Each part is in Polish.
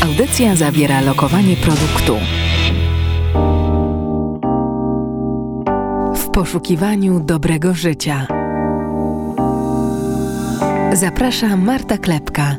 Audycja zawiera lokowanie produktu. W poszukiwaniu dobrego życia. Zaprasza Marta Klepka.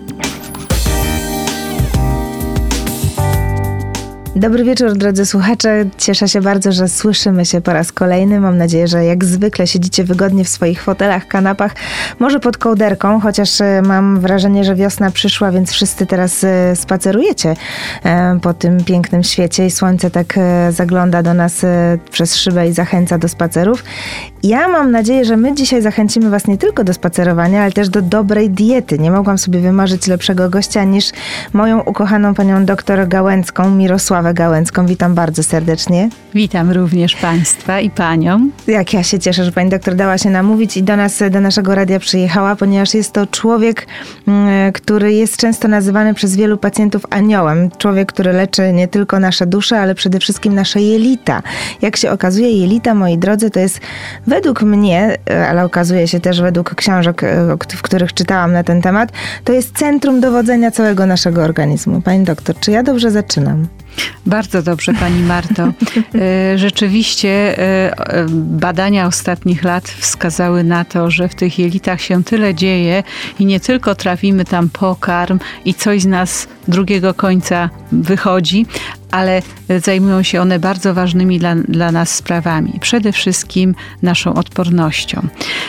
Dobry wieczór, drodzy słuchacze. Cieszę się bardzo, że słyszymy się po raz kolejny. Mam nadzieję, że jak zwykle siedzicie wygodnie w swoich fotelach, kanapach, może pod kołderką, chociaż mam wrażenie, że wiosna przyszła, więc wszyscy teraz spacerujecie po tym pięknym świecie i słońce tak zagląda do nas przez szybę i zachęca do spacerów. Ja mam nadzieję, że my dzisiaj zachęcimy Was nie tylko do spacerowania, ale też do dobrej diety. Nie mogłam sobie wymarzyć lepszego gościa niż moją ukochaną panią doktor Gałęcką, Mirosławę Gałęcką. Witam bardzo serdecznie. Witam również Państwa i Panią. Jak ja się cieszę, że Pani doktor dała się namówić i do nas, do naszego radia przyjechała, ponieważ jest to człowiek, który jest często nazywany przez wielu pacjentów aniołem. Człowiek, który leczy nie tylko nasze dusze, ale przede wszystkim nasze jelita. Jak się okazuje, jelita, moi drodzy, to jest według mnie, ale okazuje się też według książek, w których czytałam na ten temat, to jest centrum dowodzenia całego naszego organizmu. Pani doktor, czy ja dobrze zaczynam? Bardzo dobrze, Pani Marto. Rzeczywiście badania ostatnich lat wskazały na to, że w tych jelitach się tyle dzieje i nie tylko trafimy tam pokarm i coś z nas drugiego końca wychodzi, ale zajmują się one bardzo ważnymi dla nas sprawami. Przede wszystkim naszą odpornością.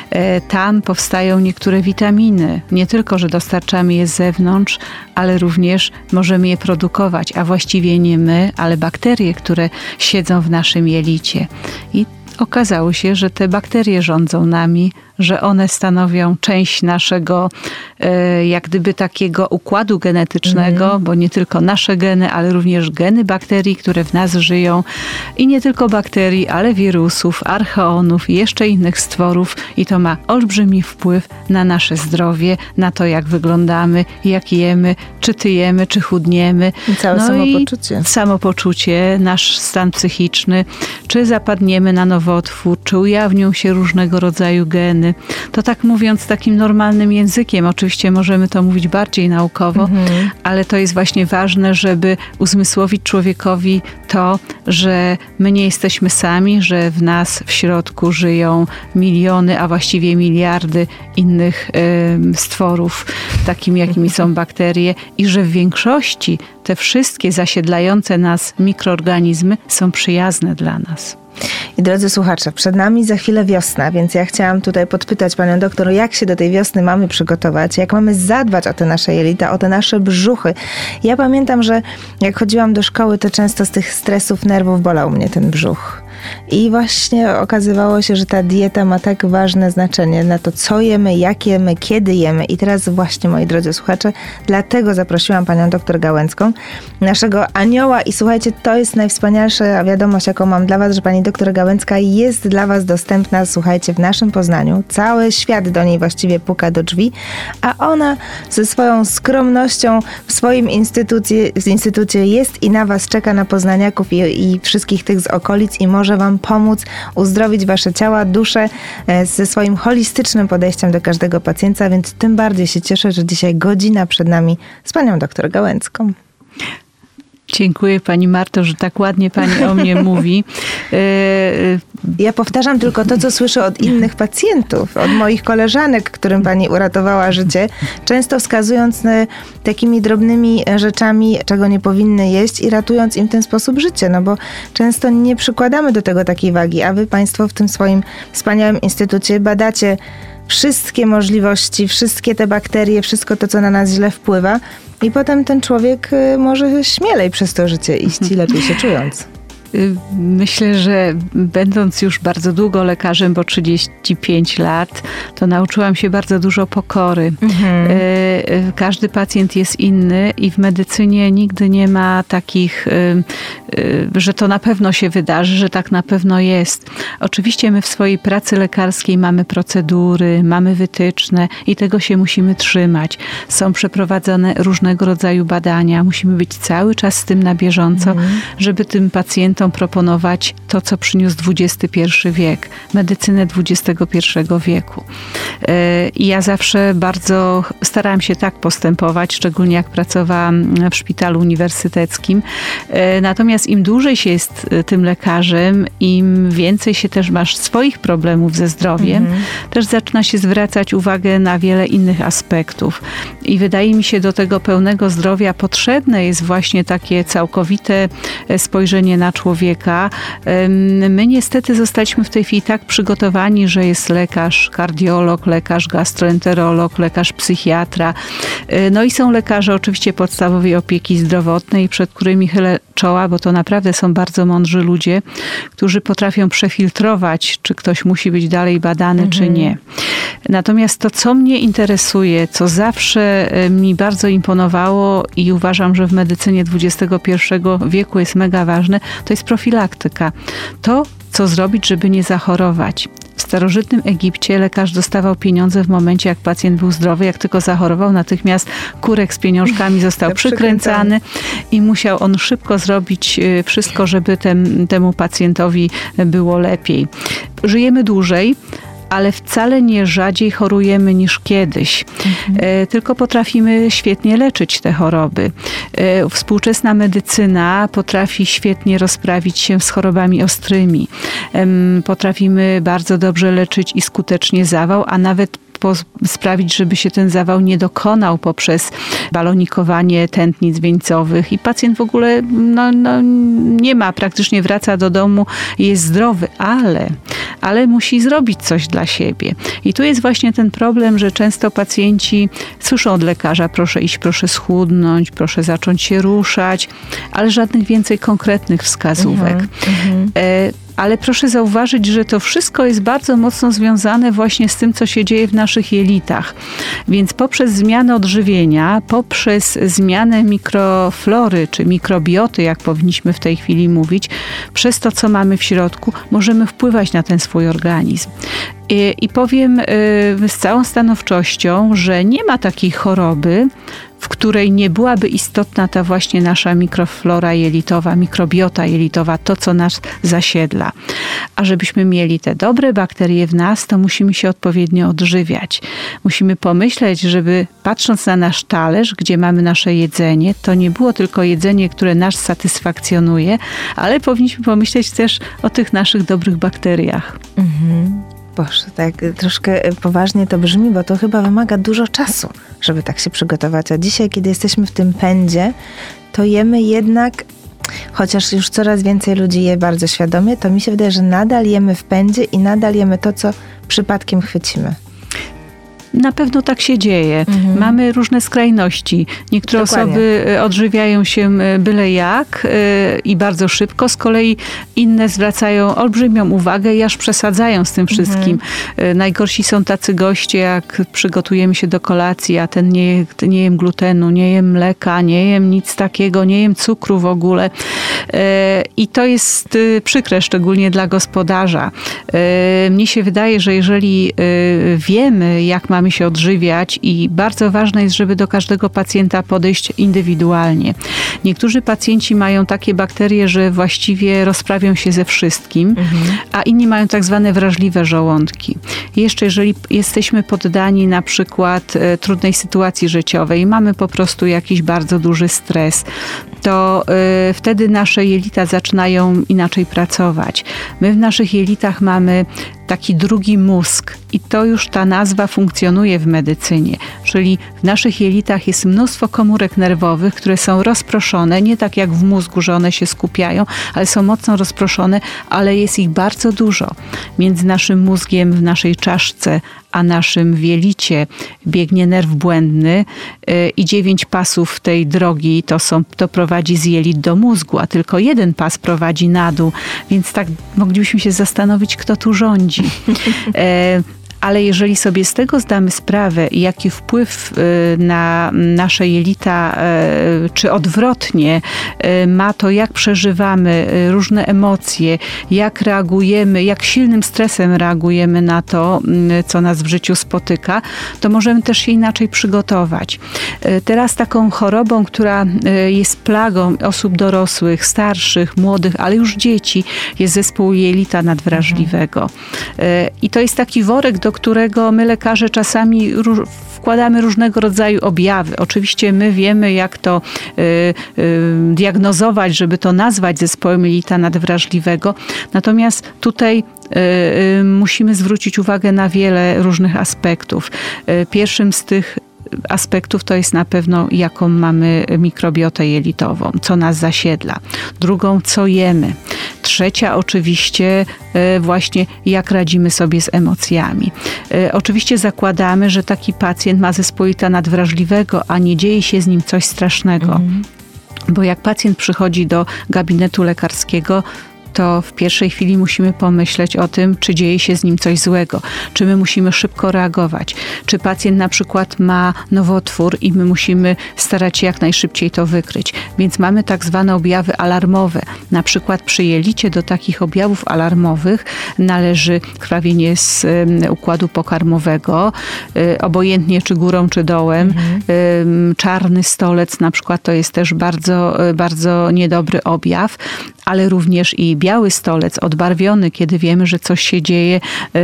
Tam powstają niektóre witaminy. Nie tylko, że dostarczamy je z zewnątrz, ale również możemy je produkować, a właściwie nie my, ale bakterie, które siedzą w naszym jelicie. I okazało się, że te bakterie rządzą nami, że one stanowią część naszego jak gdyby takiego układu genetycznego, bo nie tylko nasze geny, ale również geny bakterii, które w nas żyją i nie tylko bakterii, ale wirusów, archeonów i jeszcze innych stworów i to ma olbrzymi wpływ na nasze zdrowie, na to jak wyglądamy, jak jemy, czy tyjemy, czy chudniemy. I całe samopoczucie. I samopoczucie, nasz stan psychiczny, czy zapadniemy na nowotwór, czy ujawnią się różnego rodzaju geny. To tak mówiąc takim normalnym językiem, oczywiście możemy to mówić bardziej naukowo, ale to jest właśnie ważne, żeby uzmysłowić człowiekowi to, że my nie jesteśmy sami, że w nas w środku żyją miliony, a właściwie miliardy innych stworów, takimi jakimi są bakterie i że w większości te wszystkie zasiedlające nas mikroorganizmy są przyjazne dla nas. I drodzy słuchacze, przed nami za chwilę wiosna, więc ja chciałam tutaj podpytać panią doktor, jak się do tej wiosny mamy przygotować, jak mamy zadbać o te nasze jelita, o te nasze brzuchy. Ja pamiętam, że jak chodziłam do szkoły, to często z tych stresów, nerwów bolał mnie ten brzuch. I właśnie okazywało się, że ta dieta ma tak ważne znaczenie na to, co jemy, jak jemy, kiedy jemy. I teraz właśnie, moi drodzy słuchacze, dlatego zaprosiłam panią doktor Gałęcką, naszego anioła. I słuchajcie, to jest najwspanialsza wiadomość, jaką mam dla was, że pani doktor Gałęcka jest dla was dostępna, słuchajcie, w naszym Poznaniu. Cały świat do niej właściwie puka do drzwi, a ona ze swoją skromnością w swoim instytucie jest i na was czeka, na poznaniaków i wszystkich tych z okolic i może wam pomóc uzdrowić wasze ciała, dusze ze swoim holistycznym podejściem do każdego pacjenta, więc tym bardziej się cieszę, że dzisiaj godzina przed nami z panią doktor Gałęcką. Dziękuję Pani Marto, że tak ładnie Pani o mnie mówi. Ja powtarzam tylko to, co słyszę od innych pacjentów, od moich koleżanek, którym Pani uratowała życie, często wskazując takimi drobnymi rzeczami, czego nie powinny jeść i ratując im w ten sposób życie, no bo często nie przykładamy do tego takiej wagi, a wy Państwo w tym swoim wspaniałym instytucie badacie wszystkie możliwości, wszystkie te bakterie, wszystko to, co na nas źle wpływa i potem ten człowiek może śmielej przez to życie iść i lepiej się czując. Myślę, że będąc już bardzo długo lekarzem, bo 35 lat, to nauczyłam się bardzo dużo pokory. Każdy pacjent jest inny i w medycynie nigdy nie ma takich, że to na pewno się wydarzy, że tak na pewno jest. Oczywiście my w swojej pracy lekarskiej mamy procedury, mamy wytyczne i tego się musimy trzymać. Są przeprowadzane różnego rodzaju badania. Musimy być cały czas z tym na bieżąco, żeby tym pacjentom pacjentom proponować to, co przyniósł XXI wiek, medycynę XXI wieku. I ja zawsze bardzo starałam się tak postępować, szczególnie jak pracowałam w szpitalu uniwersyteckim. Natomiast im dłużej się jest tym lekarzem, im więcej się też masz swoich problemów ze zdrowiem, też zaczyna się zwracać uwagę na wiele innych aspektów. I wydaje mi się, do tego pełnego zdrowia potrzebne jest właśnie takie całkowite spojrzenie na człowieka. My niestety zostaliśmy w tej chwili tak przygotowani, że jest lekarz kardiolog, lekarz gastroenterolog, lekarz psychiatra. No i są lekarze oczywiście podstawowej opieki zdrowotnej, przed którymi chylę czoła, bo to naprawdę są bardzo mądrzy ludzie, którzy potrafią przefiltrować, czy ktoś musi być dalej badany, czy nie. Natomiast to, co mnie interesuje, co zawsze mi bardzo imponowało i uważam, że w medycynie XXI wieku jest mega ważne, to jest profilaktyka. To, co zrobić, żeby nie zachorować. W starożytnym Egipcie lekarz dostawał pieniądze w momencie, jak pacjent był zdrowy. Jak tylko zachorował, natychmiast kurek z pieniążkami został przykręcany i musiał on szybko zrobić wszystko, żeby temu pacjentowi było lepiej. Żyjemy dłużej, ale wcale nie rzadziej chorujemy niż kiedyś. Tylko potrafimy świetnie leczyć te choroby. Współczesna medycyna potrafi świetnie rozprawić się z chorobami ostrymi. Potrafimy bardzo dobrze leczyć i skutecznie zawał, a nawet sprawić, żeby się ten zawał nie dokonał poprzez balonikowanie tętnic wieńcowych i pacjent w ogóle nie ma, praktycznie wraca do domu i jest zdrowy, ale musi zrobić coś dla siebie. I tu jest właśnie ten problem, że często pacjenci słyszą od lekarza: proszę iść, proszę schudnąć, proszę zacząć się ruszać, ale żadnych więcej konkretnych wskazówek. Ale proszę zauważyć, że to wszystko jest bardzo mocno związane właśnie z tym, co się dzieje w naszych jelitach. Więc poprzez zmianę odżywienia, poprzez zmianę mikroflory, czy mikrobioty, jak powinniśmy w tej chwili mówić, przez to, co mamy w środku, możemy wpływać na ten swój organizm. I powiem z całą stanowczością, że nie ma takiej choroby, w której nie byłaby istotna ta właśnie nasza mikroflora jelitowa, mikrobiota jelitowa, to, co nas zasiedla. A żebyśmy mieli te dobre bakterie w nas, to musimy się odpowiednio odżywiać. Musimy pomyśleć, żeby patrząc na nasz talerz, gdzie mamy nasze jedzenie, to nie było tylko jedzenie, które nas satysfakcjonuje, ale powinniśmy pomyśleć też o tych naszych dobrych bakteriach. Boże, tak troszkę poważnie to brzmi, bo to chyba wymaga dużo czasu, żeby tak się przygotować. A dzisiaj, kiedy jesteśmy w tym pędzie, to jemy jednak, chociaż już coraz więcej ludzi je bardzo świadomie, to mi się wydaje, że nadal jemy w pędzie i nadal jemy to, co przypadkiem chwycimy. Na pewno tak się dzieje. Mamy różne skrajności. Niektóre osoby odżywiają się byle jak i bardzo szybko. Z kolei inne zwracają olbrzymią uwagę i aż przesadzają z tym wszystkim. Najgorsi są tacy goście, jak przygotujemy się do kolacji, a ten nie jem glutenu, nie jem mleka, nie jem nic takiego, nie jem cukru w ogóle. I to jest przykre, szczególnie dla gospodarza. Mnie się wydaje, że jeżeli wiemy, jak mamy się odżywiać, i bardzo ważne jest, żeby do każdego pacjenta podejść indywidualnie. Niektórzy pacjenci mają takie bakterie, że właściwie rozprawią się ze wszystkim, a inni mają tak zwane wrażliwe żołądki. Jeszcze jeżeli jesteśmy poddani na przykład trudnej sytuacji życiowej i mamy po prostu jakiś bardzo duży stres, to wtedy nasze jelita zaczynają inaczej pracować. My w naszych jelitach mamy taki drugi mózg i to już ta nazwa funkcjonuje w medycynie. Czyli w naszych jelitach jest mnóstwo komórek nerwowych, które są rozproszone, nie tak jak w mózgu, że one się skupiają, ale są mocno rozproszone, ale jest ich bardzo dużo. Między naszym mózgiem w naszej czaszce a naszym wielicie biegnie nerw błędny i 9 pasów tej drogi to prowadzi z jelit do mózgu, a tylko jeden pas prowadzi na dół. Więc tak moglibyśmy się zastanowić, kto tu rządzi. ale jeżeli sobie z tego zdamy sprawę, jaki wpływ na nasze jelita, czy odwrotnie ma to, jak przeżywamy różne emocje, jak reagujemy, jak silnym stresem reagujemy na to, co nas w życiu spotyka, to możemy też się inaczej przygotować. Teraz taką chorobą, która jest plagą osób dorosłych, starszych, młodych, ale już dzieci, jest zespół jelita nadwrażliwego. I to jest taki worek, do którego my lekarze czasami wkładamy różnego rodzaju objawy. Oczywiście my wiemy, jak to diagnozować, żeby to nazwać zespołem jelita nadwrażliwego. Natomiast tutaj musimy zwrócić uwagę na wiele różnych aspektów. Pierwszym z tych aspektów to jest na pewno, jaką mamy mikrobiotę jelitową, co nas zasiedla. Drugą, co jemy. Trzecia oczywiście właśnie, jak radzimy sobie z emocjami. Oczywiście zakładamy, że taki pacjent ma zespół jelita nadwrażliwego, a nie dzieje się z nim coś strasznego. Bo jak pacjent przychodzi do gabinetu lekarskiego, to w pierwszej chwili musimy pomyśleć o tym, czy dzieje się z nim coś złego, czy my musimy szybko reagować, czy pacjent na przykład ma nowotwór i my musimy starać się jak najszybciej to wykryć. Więc mamy tak zwane objawy alarmowe. Na przykład przy jelicie do takich objawów alarmowych należy krwawienie z układu pokarmowego, obojętnie czy górą, czy dołem. Czarny stolec na przykład to jest też bardzo, bardzo niedobry objaw, ale również i biały stolec odbarwiony, kiedy wiemy, że coś się dzieje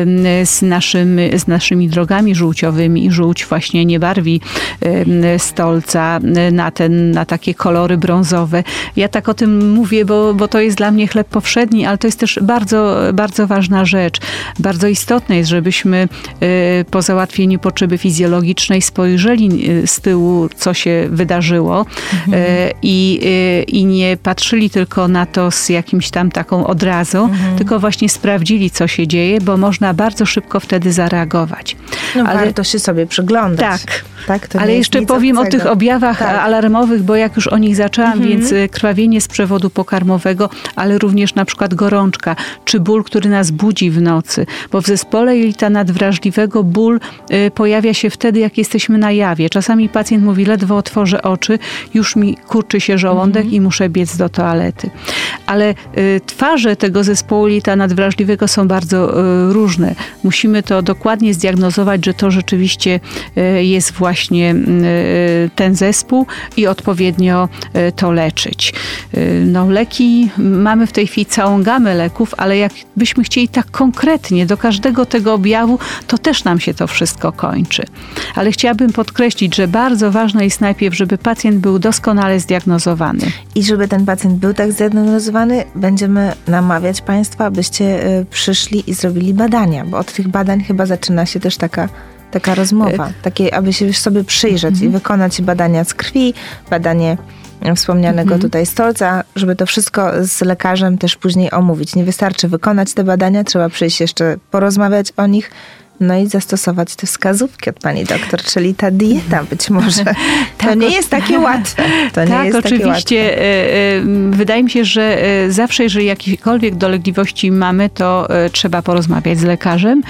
z naszymi drogami żółciowymi i żółć właśnie nie barwi stolca na takie kolory brązowe. Ja tak o tym mówię, bo to jest dla mnie chleb powszedni, ale to jest też bardzo, bardzo ważna rzecz. Bardzo istotne jest, żebyśmy po załatwieniu potrzeby fizjologicznej spojrzeli z tyłu, co się wydarzyło i nie patrzyli tylko na to z jakimś tam taką odrazą, tylko właśnie sprawdzili, co się dzieje, bo można bardzo szybko wtedy zareagować. Ale warto się sobie przyglądać. Tak, ale jeszcze powiem o tych objawach alarmowych, bo jak już o nich zaczęłam, więc krwawienie z przewodu pokarmowego, ale również na przykład gorączka, czy ból, który nas budzi w nocy, bo w zespole jelita nadwrażliwego ból pojawia się wtedy, jak jesteśmy na jawie. Czasami pacjent mówi, ledwo otworzę oczy, już mi kurczy się żołądek i muszę biec do toalety. Ale twarze tego zespołu jelita nadwrażliwego są bardzo różne. Musimy to dokładnie zdiagnozować, że to rzeczywiście jest właśnie ten zespół i odpowiednio to leczyć. Leki, mamy w tej chwili całą gamę leków, ale jakbyśmy chcieli tak konkretnie do każdego tego objawu, to też nam się to wszystko kończy. Ale chciałabym podkreślić, że bardzo ważne jest najpierw, żeby pacjent był doskonale zdiagnozowany. I żeby ten pacjent był tak zdiagnozowany, będziemy namawiać Państwa, abyście przyszli i zrobili badania, bo od tych badań chyba zaczyna się też taka rozmowa, takie, aby się sobie przyjrzeć i wykonać badania z krwi, badanie wspomnianego tutaj stolca, żeby to wszystko z lekarzem też później omówić. Nie wystarczy wykonać te badania, trzeba przyjść jeszcze porozmawiać o nich, no i zastosować te wskazówki od pani doktor, czyli ta dieta być może. To nie jest takie łatwe. Tak, oczywiście. Wydaje mi się, że zawsze, jeżeli jakiekolwiek dolegliwości mamy, to trzeba porozmawiać z lekarzem.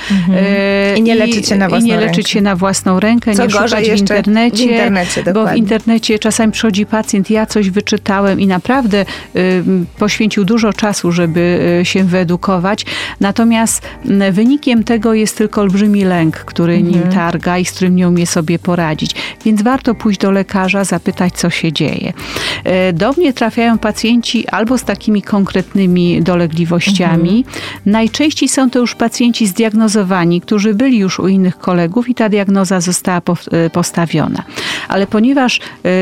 I nie leczyć się na własną rękę. Nie leczyć się na własną rękę, Co nie szukać w internecie, bo w internecie czasami przychodzi pacjent, ja coś wyczytałem i naprawdę poświęcił dużo czasu, żeby się wyedukować. Natomiast wynikiem tego jest tylko olbrzymi lęk, który nim targa i z którym nie umie sobie poradzić. Więc warto pójść do lekarza, zapytać, co się dzieje. Do mnie trafiają pacjenci albo z takimi konkretnymi dolegliwościami. Najczęściej są to już pacjenci zdiagnozowani, którzy byli już u innych kolegów i ta diagnoza została postawiona. Ale ponieważ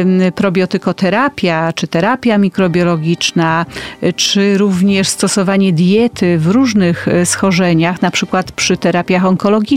probiotykoterapia, czy terapia mikrobiologiczna, czy również stosowanie diety w różnych schorzeniach, na przykład przy terapiach onkologicznych,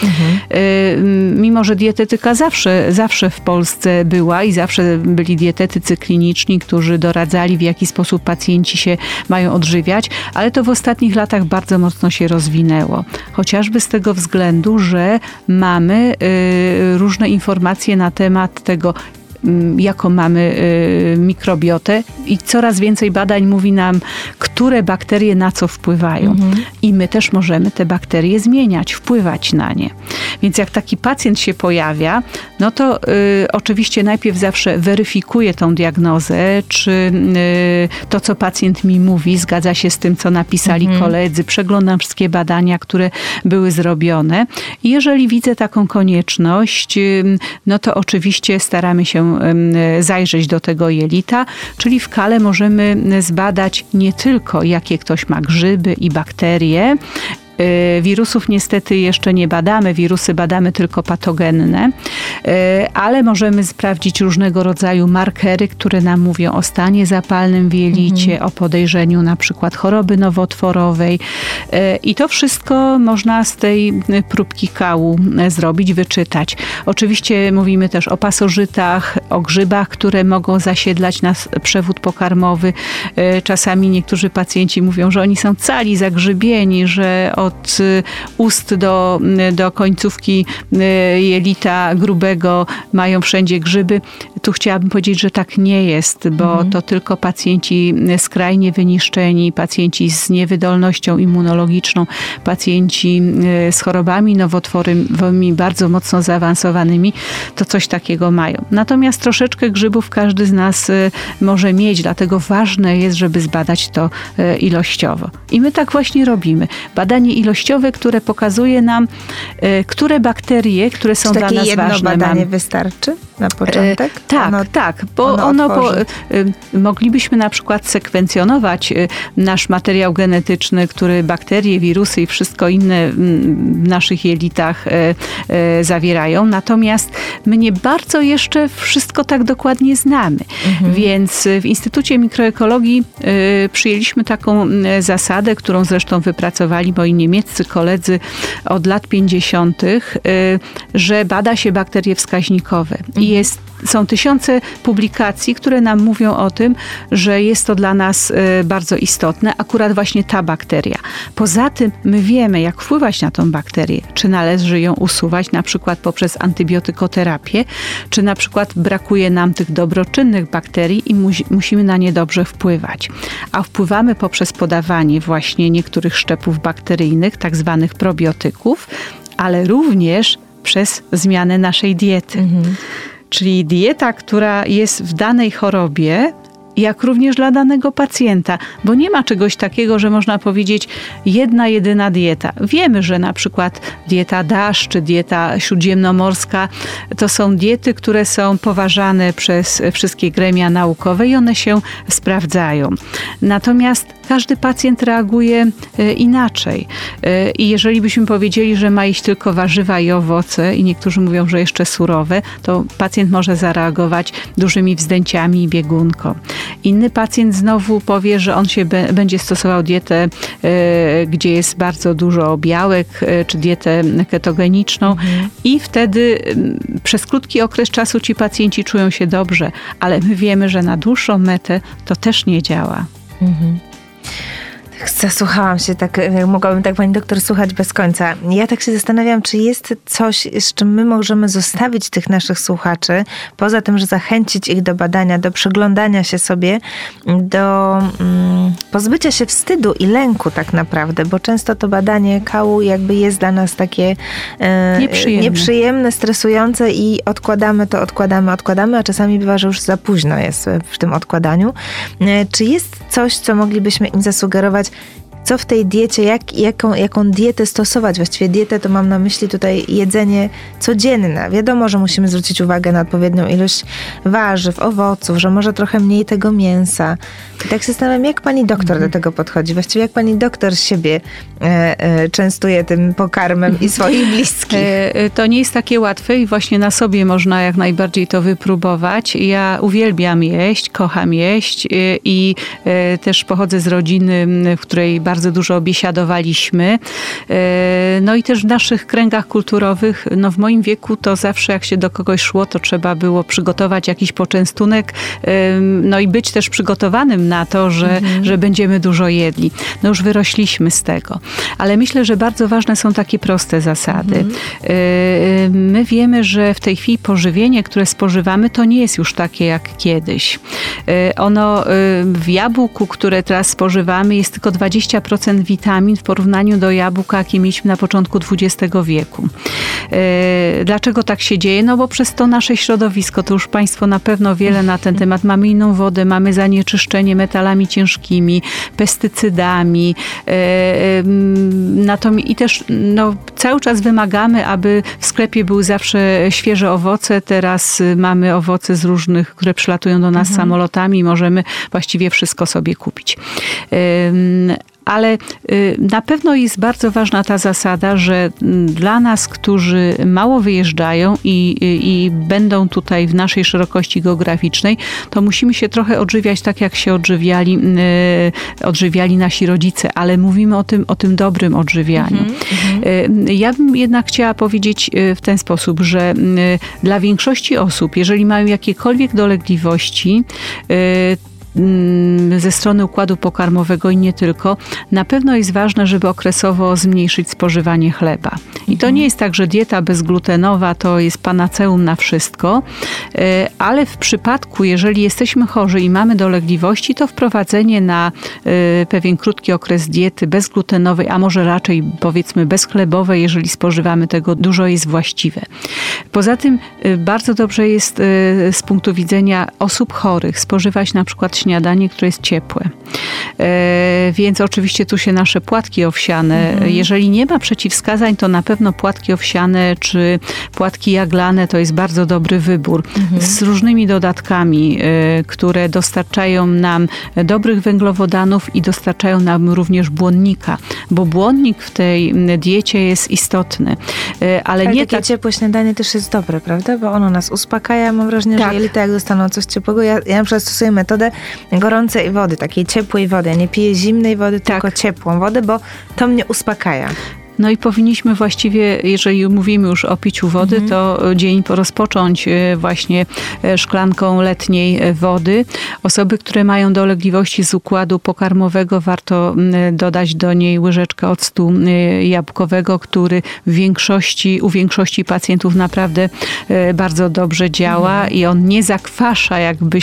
mimo że dietetyka zawsze w Polsce była i zawsze byli dietetycy kliniczni, którzy doradzali, w jaki sposób pacjenci się mają odżywiać, ale to w ostatnich latach bardzo mocno się rozwinęło. Chociażby z tego względu, że mamy różne informacje na temat tego, jaką mamy mikrobiotę i coraz więcej badań mówi nam, które bakterie na co wpływają. I my też możemy te bakterie zmieniać, wpływać na nie. Więc jak taki pacjent się pojawia, no to oczywiście najpierw zawsze weryfikuję tą diagnozę, czy to, co pacjent mi mówi, zgadza się z tym, co napisali koledzy. Przeglądam wszystkie badania, które były zrobione. I jeżeli widzę taką konieczność, no to oczywiście staramy się zajrzeć do tego jelita, czyli w kale możemy zbadać nie tylko, jakie ktoś ma grzyby i bakterie. Wirusów niestety jeszcze nie badamy, wirusy badamy tylko patogenne, ale możemy sprawdzić różnego rodzaju markery, które nam mówią o stanie zapalnym w jelicie, o podejrzeniu na przykład choroby nowotworowej i to wszystko można z tej próbki kału zrobić, wyczytać. Oczywiście mówimy też o pasożytach, o grzybach, które mogą zasiedlać nas przewód pokarmowy. Czasami niektórzy pacjenci mówią, że oni są cali zagrzybieni, że od ust do końcówki jelita grubego mają wszędzie grzyby. Tu chciałabym powiedzieć, że tak nie jest, bo to tylko pacjenci skrajnie wyniszczeni, pacjenci z niewydolnością immunologiczną, pacjenci z chorobami nowotworowymi bardzo mocno zaawansowanymi, to coś takiego mają. Natomiast troszeczkę grzybów każdy z nas może mieć, dlatego ważne jest, żeby zbadać to ilościowo. I my tak właśnie robimy. Badanie ilościowe, które pokazuje nam, które bakterie, które są dla nas ważne. Takie jedno badanie wystarczy na początek? Tak, bo moglibyśmy na przykład sekwencjonować nasz materiał genetyczny, który bakterie, wirusy i wszystko inne w naszych jelitach zawierają. Natomiast my nie bardzo jeszcze wszystko tak dokładnie znamy. Więc w Instytucie Mikroekologii przyjęliśmy taką zasadę, którą zresztą wypracowali moi niemieccy koledzy od lat 50., że bada się bakterie wskaźnikowe. I są tysiące publikacji, które nam mówią o tym, że jest to dla nas bardzo istotne, akurat właśnie ta bakteria. Poza tym my wiemy, jak wpływać na tą bakterię. Czy należy ją usuwać, na przykład poprzez antybiotykoterapię, czy na przykład brakuje nam tych dobroczynnych bakterii i musimy na nie dobrze wpływać. A wpływamy poprzez podawanie właśnie niektórych szczepów bakteryjnych, tak zwanych probiotyków, ale również przez zmianę naszej diety. Czyli dieta, która jest w danej chorobie, jak również dla danego pacjenta, bo nie ma czegoś takiego, że można powiedzieć jedna, jedyna dieta. Wiemy, że na przykład dieta DASH czy dieta śródziemnomorska to są diety, które są poważane przez wszystkie gremia naukowe i one się sprawdzają. Natomiast każdy pacjent reaguje inaczej. I jeżeli byśmy powiedzieli, że ma jeść tylko warzywa i owoce i niektórzy mówią, że jeszcze surowe, to pacjent może zareagować dużymi wzdęciami i biegunką. Inny pacjent znowu powie, że on się będzie stosował dietę, gdzie jest bardzo dużo białek, czy dietę ketogeniczną i wtedy przez krótki okres czasu ci pacjenci czują się dobrze, ale my wiemy, że na dłuższą metę to też nie działa. Zasłuchałam się, tak mogłabym tak pani doktor słuchać bez końca. Ja tak się zastanawiam, czy jest coś, z czym my możemy zostawić tych naszych słuchaczy, poza tym, że zachęcić ich do badania, do przyglądania się sobie, do pozbycia się wstydu i lęku tak naprawdę, bo często to badanie kału jakby jest dla nas takie nieprzyjemne, stresujące i odkładamy, a czasami bywa, że już za późno jest w tym odkładaniu. Czy jest coś, co moglibyśmy im zasugerować, co w tej diecie, jaką dietę stosować? Właściwie dietę to mam na myśli tutaj jedzenie codzienne. Wiadomo, że musimy zwrócić uwagę na odpowiednią ilość warzyw, owoców, że może trochę mniej tego mięsa. I tak się zastanawiam, jak pani doktor do tego podchodzi? Właściwie jak pani doktor siebie częstuje tym pokarmem i swoich bliskich? To nie jest takie łatwe i właśnie na sobie można jak najbardziej to wypróbować. Ja uwielbiam jeść, kocham jeść i też pochodzę z rodziny, w której bardzo bardzo dużo biesiadowaliśmy. No i też w naszych kręgach kulturowych, no w moim wieku to zawsze jak się do kogoś szło, to trzeba było przygotować jakiś poczęstunek, no i być też przygotowanym na to, że będziemy dużo jedli. No już wyrośliśmy z tego. Ale myślę, że bardzo ważne są takie proste zasady. My wiemy, że w tej chwili pożywienie, które spożywamy, to nie jest już takie jak kiedyś. Ono w jabłku, które teraz spożywamy, jest tylko 20% witamin w porównaniu do jabłka, jakie mieliśmy na początku XX wieku. Dlaczego tak się dzieje? No bo przez to nasze środowisko, to już Państwo na pewno wiele na ten temat, mamy inną wodę, mamy zanieczyszczenie metalami ciężkimi, pestycydami, i też cały czas wymagamy, aby w sklepie były zawsze świeże owoce. Teraz mamy owoce z różnych, które przylatują do nas samolotami i możemy właściwie wszystko sobie kupić. Ale na pewno jest bardzo ważna ta zasada, że dla nas, którzy mało wyjeżdżają i będą tutaj w naszej szerokości geograficznej, to musimy się trochę odżywiać tak, jak się odżywiali nasi rodzice, ale mówimy o tym dobrym odżywianiu. Ja bym jednak chciała powiedzieć w ten sposób, że dla większości osób, jeżeli mają jakiekolwiek dolegliwości, ze strony układu pokarmowego i nie tylko, na pewno jest ważne, żeby okresowo zmniejszyć spożywanie chleba. I to nie jest tak, że dieta bezglutenowa to jest panaceum na wszystko, ale w przypadku, jeżeli jesteśmy chorzy i mamy dolegliwości, to wprowadzenie na pewien krótki okres diety bezglutenowej, a może raczej powiedzmy bezchlebowej, jeżeli spożywamy tego dużo, jest właściwe. Poza tym bardzo dobrze jest z punktu widzenia osób chorych spożywać na przykład śniadanie, które jest ciepłe. Więc oczywiście tu się nasze płatki owsiane, jeżeli nie ma przeciwwskazań, to na pewno płatki owsiane czy płatki jaglane to jest bardzo dobry wybór. Z różnymi dodatkami, które dostarczają nam dobrych węglowodanów i dostarczają nam również błonnika, bo błonnik w tej diecie jest istotny. Ale nie takie ciepłe śniadanie też jest dobre, prawda? Bo ono nas uspokaja. Mam wrażenie, że jelita jak dostaną coś ciepłego, ja na przykład stosuję metodę gorącej wody, takiej ciepłej wody. Ja nie piję zimnej wody, tylko ciepłą wodę, bo to mnie uspokaja. No i powinniśmy właściwie, jeżeli mówimy już o piciu wody, to dzień rozpocząć właśnie szklanką letniej wody. Osoby, które mają dolegliwości z układu pokarmowego, warto dodać do niej łyżeczkę octu jabłkowego, który u większości pacjentów naprawdę bardzo dobrze działa i on nie zakwasza, jakby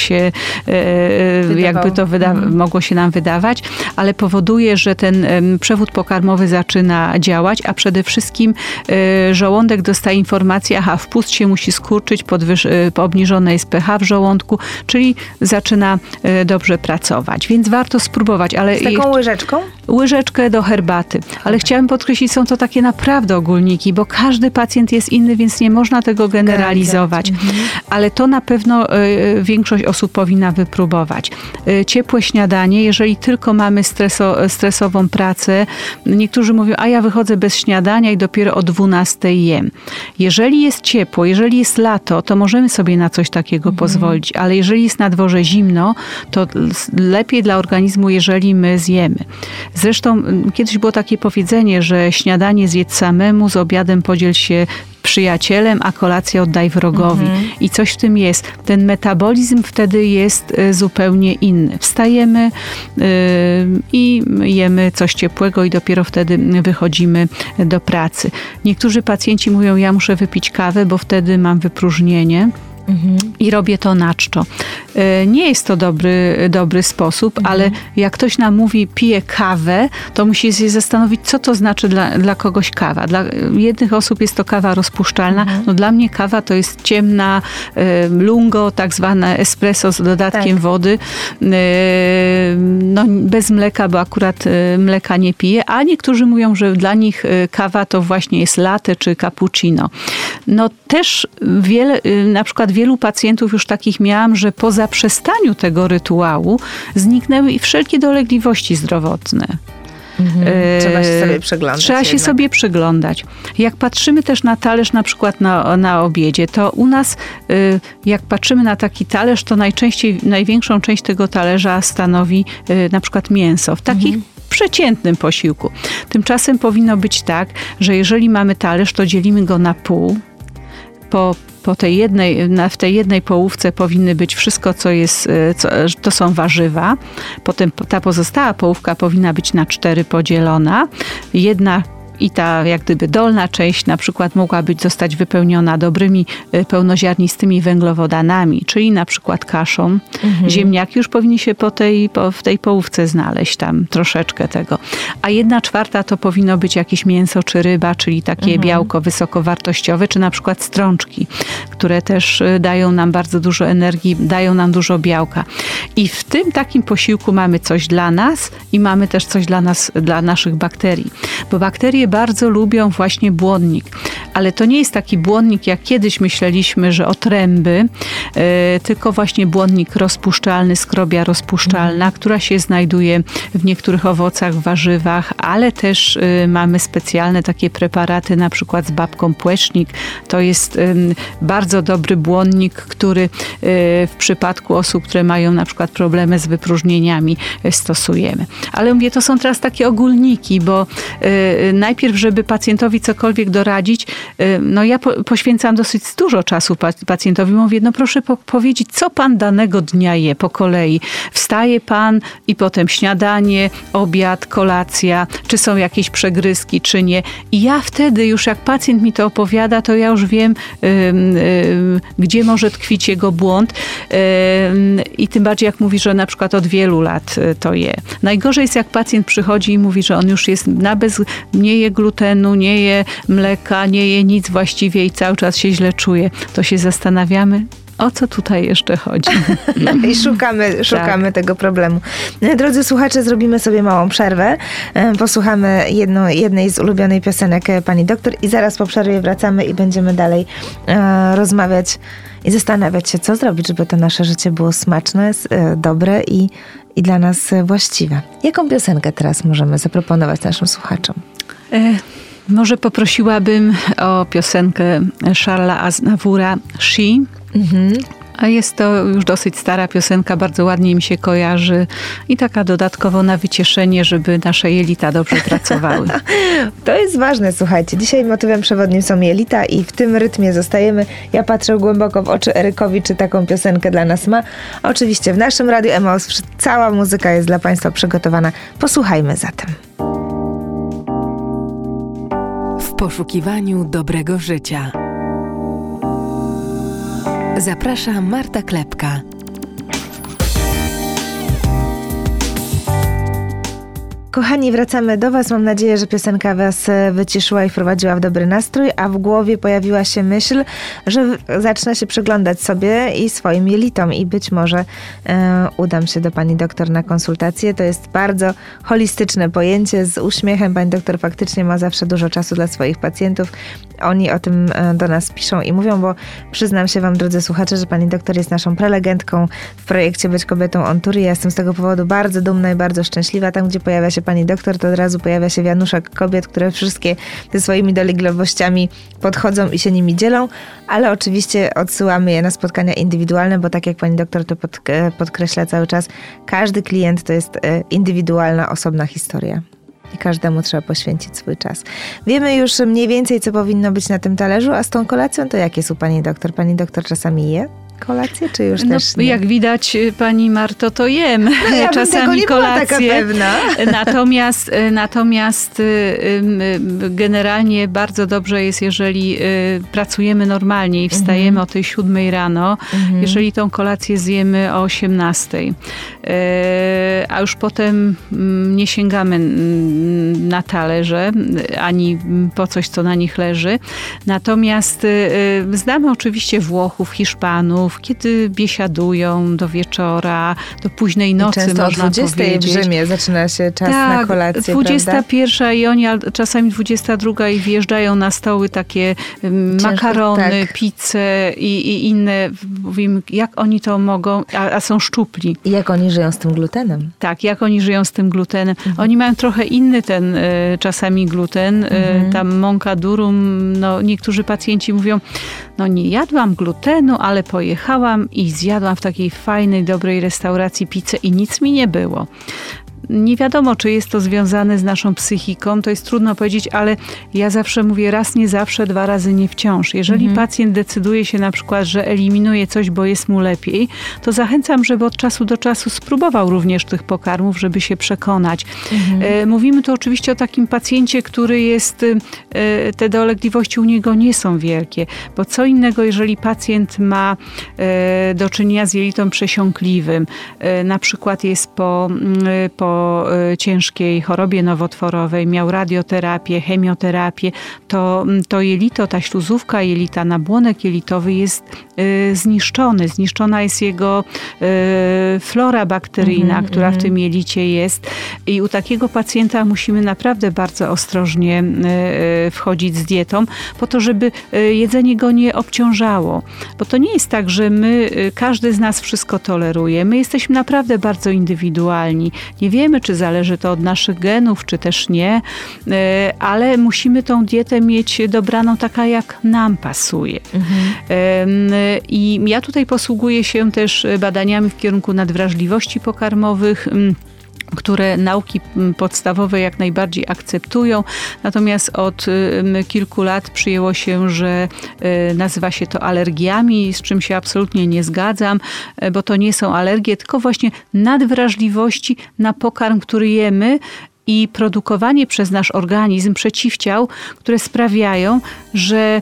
to mogło się nam wydawać, ale powoduje, że ten przewód pokarmowy zaczyna działać, a przede wszystkim żołądek dostaje informację, wpust się musi skurczyć, obniżone jest pH w żołądku, czyli zaczyna dobrze pracować. Więc warto spróbować. Ale z taką łyżeczką? Łyżeczkę do herbaty. Ale chciałam podkreślić, są to takie naprawdę ogólniki, bo każdy pacjent jest inny, więc nie można tego generalizować. Ale to na pewno większość osób powinna wypróbować. Ciepłe śniadanie, jeżeli tylko mamy stresową pracę, niektórzy mówią, ja wychodzę bez śniadania i dopiero o 12 jem. Jeżeli jest ciepło, jeżeli jest lato, to możemy sobie na coś takiego pozwolić, ale jeżeli jest na dworze zimno, to lepiej dla organizmu, jeżeli my zjemy. Zresztą kiedyś było takie powiedzenie, że śniadanie zjedz samemu, z obiadem podziel się przyjacielem, a kolację oddaj wrogowi. I coś w tym jest. Ten metabolizm wtedy jest zupełnie inny. Wstajemy i jemy coś ciepłego i dopiero wtedy wychodzimy do pracy. Niektórzy pacjenci mówią, ja muszę wypić kawę, bo wtedy mam wypróżnienie. I robię to na czczo. Nie jest to dobry sposób, ale jak ktoś nam mówi, pije kawę, to musi się zastanowić, co to znaczy dla kogoś kawa. Dla jednych osób jest to kawa rozpuszczalna. Dla mnie kawa to jest ciemna lungo, tak zwane espresso z dodatkiem wody. Bez mleka, bo akurat mleka nie piję, a niektórzy mówią, że dla nich kawa to właśnie jest latte czy cappuccino. Też na przykład wielu pacjentów już takich miałam, że po zaprzestaniu tego rytuału zniknęły i wszelkie dolegliwości zdrowotne. Trzeba się sobie przyglądać. Trzeba się sobie przyglądać. Jak patrzymy też na talerz na przykład na obiedzie, to u nas jak patrzymy na taki talerz, to największą część tego talerza stanowi na przykład mięso. W takich przeciętnym posiłku. Tymczasem powinno być tak, że jeżeli mamy talerz, to dzielimy go na pół. W tej jednej połówce powinny być wszystko, co jest, to są warzywa. Potem ta pozostała połówka powinna być na 4 podzielona. Jedna i ta jak gdyby dolna część na przykład mogłaby zostać wypełniona dobrymi, pełnoziarnistymi węglowodanami, czyli na przykład kaszą. Ziemniaki już powinni się w tej połówce znaleźć, tam troszeczkę tego. A 1/4 to powinno być jakieś mięso czy ryba, czyli takie białko wysokowartościowe, czy na przykład strączki, które też dają nam bardzo dużo energii, dają nam dużo białka. I w tym takim posiłku mamy coś dla nas i mamy też coś dla naszych bakterii. Bo bakterie bardzo lubią właśnie błonnik. Ale to nie jest taki błonnik, jak kiedyś myśleliśmy, że otręby, tylko właśnie błonnik rozpuszczalny, skrobia rozpuszczalna, która się znajduje w niektórych owocach, warzywach, ale też mamy specjalne takie preparaty, na przykład z babką płecznik. To jest bardzo dobry błonnik, który w przypadku osób, które mają na przykład problemy z wypróżnieniami, stosujemy. Ale mówię, to są teraz takie ogólniki, bo najpierw, żeby pacjentowi cokolwiek doradzić, no ja poświęcam dosyć dużo czasu pacjentowi. Mówię, no proszę powiedzieć, co pan danego dnia je po kolei. Wstaje pan i potem śniadanie, obiad, kolacja, czy są jakieś przegryzki, czy nie. I ja wtedy już jak pacjent mi to opowiada, to ja już wiem, gdzie może tkwić jego błąd. I tym bardziej jak mówi, że na przykład od wielu lat to je. Najgorzej jest jak pacjent przychodzi i mówi, że on już jest nie je glutenu, nie je mleka, nie je nic właściwie i cały czas się źle czuje. To się zastanawiamy, o co tutaj jeszcze chodzi. I szukamy tego problemu. Drodzy słuchacze, zrobimy sobie małą przerwę. Posłuchamy jednej z ulubionej piosenek pani doktor i zaraz po przerwie wracamy i będziemy dalej rozmawiać i zastanawiać się, co zrobić, żeby to nasze życie było smaczne, dobre i dla nas właściwe. Jaką piosenkę teraz możemy zaproponować naszym słuchaczom? Może poprosiłabym o piosenkę Charlesa Aznavoura She. A jest to już dosyć stara piosenka, bardzo ładnie mi się kojarzy i taka dodatkowo na wycieszenie, żeby nasze jelita dobrze pracowały. To jest ważne, słuchajcie. Dzisiaj motywem przewodnim są jelita i w tym rytmie zostajemy. Ja patrzę głęboko w oczy Erykowi, czy taką piosenkę dla nas ma. Oczywiście w naszym Radiu Emaus cała muzyka jest dla Państwa przygotowana. Posłuchajmy zatem. W poszukiwaniu dobrego życia. Zaprasza Marta Klepka. Kochani, wracamy do Was. Mam nadzieję, że piosenka Was wyciszyła i wprowadziła w dobry nastrój, a w głowie pojawiła się myśl, że zacznę się przyglądać sobie i swoim jelitom i być może udam się do pani doktor na konsultację. To jest bardzo holistyczne pojęcie z uśmiechem. Pani doktor faktycznie ma zawsze dużo czasu dla swoich pacjentów. Oni o tym do nas piszą i mówią, bo przyznam się Wam, drodzy słuchacze, że pani doktor jest naszą prelegentką w projekcie Być kobietą on tour. Ja jestem z tego powodu bardzo dumna i bardzo szczęśliwa. Tam, gdzie pojawia się pani doktor, to od razu pojawia się wianuszek kobiet, które wszystkie ze swoimi dolegliwościami podchodzą i się nimi dzielą, ale oczywiście odsyłamy je na spotkania indywidualne, bo tak jak pani doktor to podkreśla cały czas, każdy klient to jest indywidualna, osobna historia. I każdemu trzeba poświęcić swój czas. Wiemy już mniej więcej, co powinno być na tym talerzu, a z tą kolacją to jak jest u pani doktor? Pani doktor czasami je kolację, czy już też nie? Jak widać, pani Marto, to jem ja czasami kolację. Nie była taka pewna. Natomiast generalnie bardzo dobrze jest, jeżeli pracujemy normalnie i wstajemy o tej 7 rano, jeżeli tą kolację zjemy o 18. A już potem nie sięgamy na talerze, ani po coś, co na nich leży. Natomiast znamy oczywiście Włochów, Hiszpanów, kiedy biesiadują do wieczora, do późnej nocy, często można o 20 powiedzieć. w Rzymie zaczyna się czas na kolację, 21 prawda? i oni czasami 22 i wjeżdżają na stoły takie makarony, pizze i inne. Mówimy, jak oni to mogą, a są szczupli. I jak oni żyją z tym glutenem? Tak, jak oni żyją z tym glutenem. Oni mają trochę inny ten czasami gluten, tam mąka durum. No, niektórzy pacjenci mówią, no nie jadłam glutenu, ale pojechałam i zjadłam w takiej fajnej, dobrej restauracji pizzę i nic mi nie było. Nie wiadomo, czy jest to związane z naszą psychiką, to jest trudno powiedzieć, ale ja zawsze mówię raz nie zawsze, 2 razy nie wciąż. Jeżeli pacjent decyduje się na przykład, że eliminuje coś, bo jest mu lepiej, to zachęcam, żeby od czasu do czasu spróbował również tych pokarmów, żeby się przekonać. Mówimy tu oczywiście o takim pacjencie, który jest, te dolegliwości u niego nie są wielkie, bo co innego, jeżeli pacjent ma do czynienia z jelitą przesiąkliwym, na przykład jest po ciężkiej chorobie nowotworowej, miał radioterapię, chemioterapię, to jelito, ta śluzówka jelita, nabłonek jelitowy jest zniszczony. Zniszczona jest jego flora bakteryjna, która w tym jelicie jest. I u takiego pacjenta musimy naprawdę bardzo ostrożnie wchodzić z dietą, po to, żeby jedzenie go nie obciążało. Bo to nie jest tak, że każdy z nas wszystko toleruje. My jesteśmy naprawdę bardzo indywidualni. Nie wiemy, czy zależy to od naszych genów, czy też nie, ale musimy tą dietę mieć dobraną taka, jak nam pasuje. I ja tutaj posługuję się też badaniami w kierunku nadwrażliwości pokarmowych, które nauki podstawowe jak najbardziej akceptują. Natomiast od kilku lat przyjęło się, że nazywa się to alergiami, z czym się absolutnie nie zgadzam, bo to nie są alergie, tylko właśnie nadwrażliwości na pokarm, który jemy, i produkowanie przez nasz organizm przeciwciał, które sprawiają, że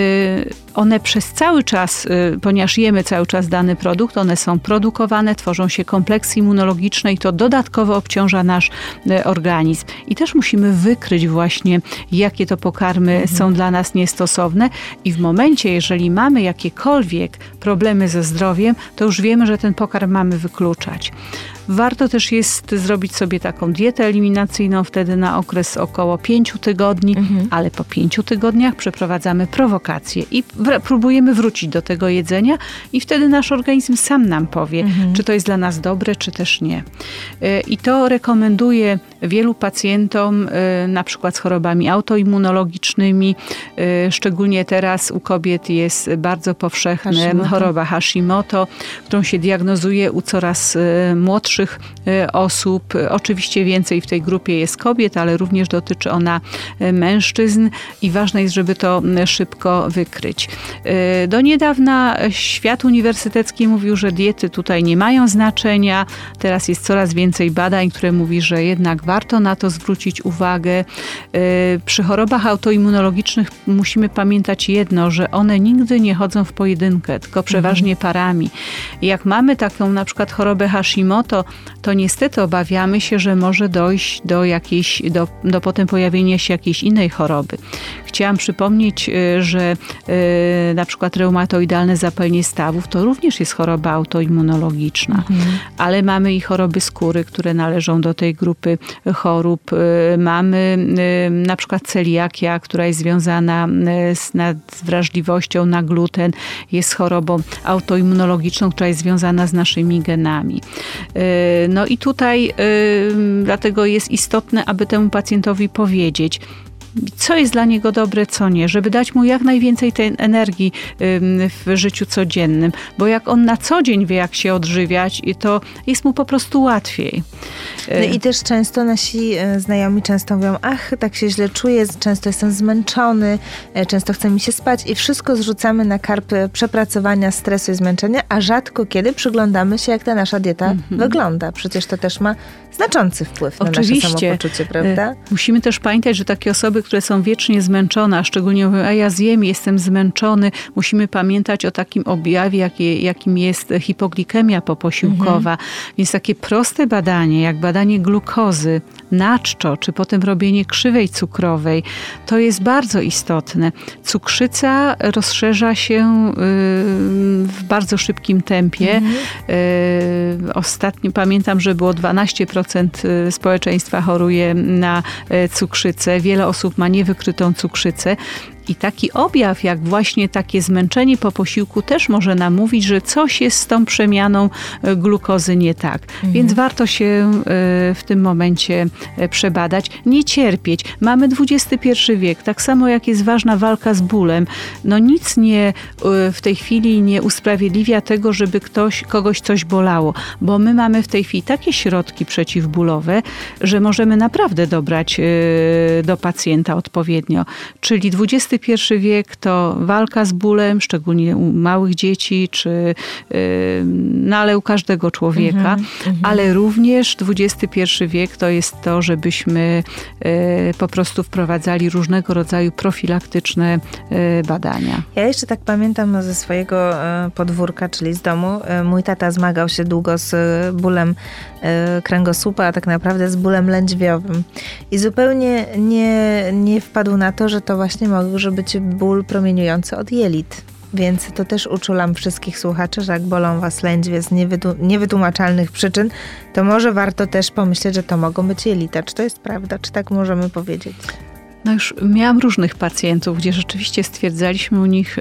one przez cały czas, ponieważ jemy cały czas dany produkt, one są produkowane, tworzą się kompleksy immunologiczne i to dodatkowo obciąża nasz organizm. I też musimy wykryć właśnie, jakie to pokarmy są dla nas niestosowne i w momencie, jeżeli mamy jakiekolwiek problemy ze zdrowiem, to już wiemy, że ten pokarm mamy wykluczać. Warto też jest zrobić sobie taką dietę eliminacyjną wtedy na okres około 5 tygodni, ale po 5 tygodniach przeprowadzamy prowokację i próbujemy wrócić do tego jedzenia i wtedy nasz organizm sam nam powie, czy to jest dla nas dobre, czy też nie. I to rekomenduję wielu pacjentom, na przykład z chorobami autoimmunologicznymi. Szczególnie teraz u kobiet jest bardzo powszechna choroba Hashimoto, którą się diagnozuje u coraz młodszych osób. Oczywiście więcej w tej grupie jest kobiet, ale również dotyczy ona mężczyzn i ważne jest, żeby to szybko wykryć. Do niedawna świat uniwersytecki mówił, że diety tutaj nie mają znaczenia. Teraz jest coraz więcej badań, które mówi, że jednak warto na to zwrócić uwagę. Przy chorobach autoimmunologicznych musimy pamiętać jedno, że one nigdy nie chodzą w pojedynkę, tylko przeważnie parami. I jak mamy taką na przykład chorobę Hashimoto, to niestety obawiamy się, że może dojść do potem pojawienia się jakiejś innej choroby. Chciałam przypomnieć, że na przykład reumatoidalne zapalenie stawów to również jest choroba autoimmunologiczna, ale mamy i choroby skóry, które należą do tej grupy chorób. Mamy na przykład celiakia, która jest związana z nadwrażliwością na gluten, jest chorobą autoimmunologiczną, która jest związana z naszymi genami. No i tutaj dlatego jest istotne, aby temu pacjentowi powiedzieć, co jest dla niego dobre, co nie, żeby dać mu jak najwięcej tej energii w życiu codziennym, bo jak on na co dzień wie, jak się odżywiać, to jest mu po prostu łatwiej. No i też często nasi znajomi mówią, tak się źle czuję, często jestem zmęczony, często chce mi się spać i wszystko zrzucamy na karp przepracowania, stresu i zmęczenia, a rzadko kiedy przyglądamy się, jak ta nasza dieta wygląda. Przecież to też ma znaczący wpływ na nasze samopoczucie, prawda? Musimy też pamiętać, że takie osoby, które są wiecznie zmęczone, a szczególnie mówią, ja zjem, jestem zmęczony, musimy pamiętać o takim objawie, jakim jest hipoglikemia poposiłkowa. Więc takie proste badanie, jak badanie glukozy na czczo, czy potem robienie krzywej cukrowej, to jest bardzo istotne. Cukrzyca rozszerza się w bardzo szybkim tempie. Ostatnio pamiętam, że było 12% społeczeństwa choruje na cukrzycę. Wiele osób ma niewykrytą cukrzycę I taki objaw, jak właśnie takie zmęczenie po posiłku też może nam mówić, że coś jest z tą przemianą glukozy nie tak. Więc warto się w tym momencie przebadać. Nie cierpieć. Mamy XXI wiek. Tak samo jak jest ważna walka z bólem. No nic w tej chwili nie usprawiedliwia tego, żeby kogoś coś bolało. Bo my mamy w tej chwili takie środki przeciwbólowe, że możemy naprawdę dobrać do pacjenta odpowiednio. Czyli XXI wiek to walka z bólem, szczególnie u małych dzieci, ale u każdego człowieka, ale również XXI wiek to jest to, żebyśmy po prostu wprowadzali różnego rodzaju profilaktyczne badania. Ja jeszcze tak pamiętam ze swojego podwórka, czyli z domu. Mój tata zmagał się długo z bólem kręgosłupa, a tak naprawdę z bólem lędźwiowym. I zupełnie nie wpadł na to, że to właśnie może być ból promieniujący od jelit. Więc to też uczulam wszystkich słuchaczy, że jak bolą was lędźwie z niewytłumaczalnych przyczyn, to może warto też pomyśleć, że to mogą być jelita. Czy to jest prawda? Czy tak możemy powiedzieć? No już miałam różnych pacjentów, gdzie rzeczywiście stwierdzaliśmy u nich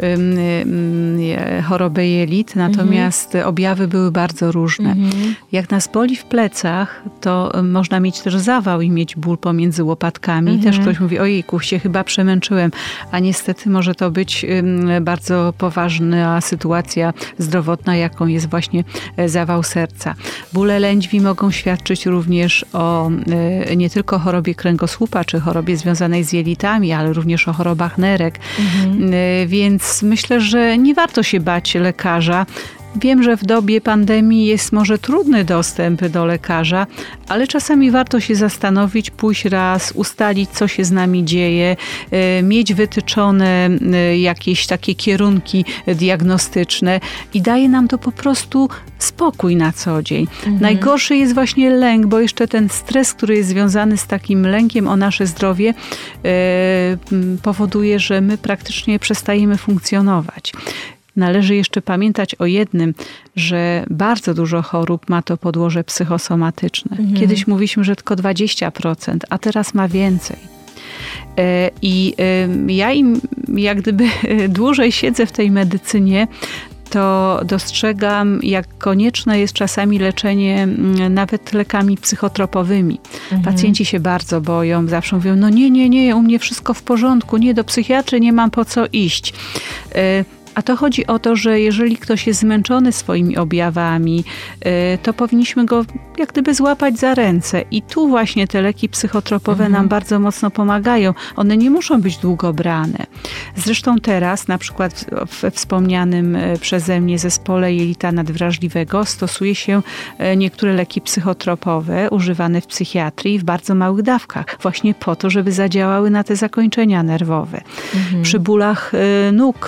chorobę jelit, natomiast objawy były bardzo różne. Jak nas boli w plecach, to można mieć też zawał i mieć ból pomiędzy łopatkami. Też ktoś mówi, ojejku, się chyba przemęczyłem, a niestety może to być bardzo poważna sytuacja zdrowotna, jaką jest właśnie zawał serca. Bóle lędźwi mogą świadczyć również o nie tylko chorobie kręgosłupa, czy chorobie związanej z jelitami, ale również o chorobach nerek. Więc myślę, że nie warto się bać lekarza. Wiem, że w dobie pandemii jest może trudny dostęp do lekarza, ale czasami warto się zastanowić, pójść raz, ustalić, co się z nami dzieje, mieć wytyczone jakieś takie kierunki diagnostyczne i daje nam to po prostu spokój na co dzień. Najgorszy jest właśnie lęk, bo jeszcze ten stres, który jest związany z takim lękiem o nasze zdrowie, powoduje, że my praktycznie przestajemy funkcjonować. Należy jeszcze pamiętać o jednym, że bardzo dużo chorób ma to podłoże psychosomatyczne. Kiedyś mówiliśmy, że tylko 20%, a teraz ma więcej. I ja im jak gdyby dłużej siedzę w tej medycynie, to dostrzegam, jak konieczne jest czasami leczenie nawet lekami psychotropowymi. Pacjenci się bardzo boją, zawsze mówią, no nie, u mnie wszystko w porządku, nie, do psychiatry nie mam po co iść. A to chodzi o to, że jeżeli ktoś jest zmęczony swoimi objawami, to powinniśmy go jak gdyby złapać za ręce. I tu właśnie te leki psychotropowe nam bardzo mocno pomagają. One nie muszą być długo brane. Zresztą teraz, na przykład we wspomnianym przeze mnie zespole jelita nadwrażliwego stosuje się niektóre leki psychotropowe używane w psychiatrii w bardzo małych dawkach. Właśnie po to, żeby zadziałały na te zakończenia nerwowe. Przy bólach nóg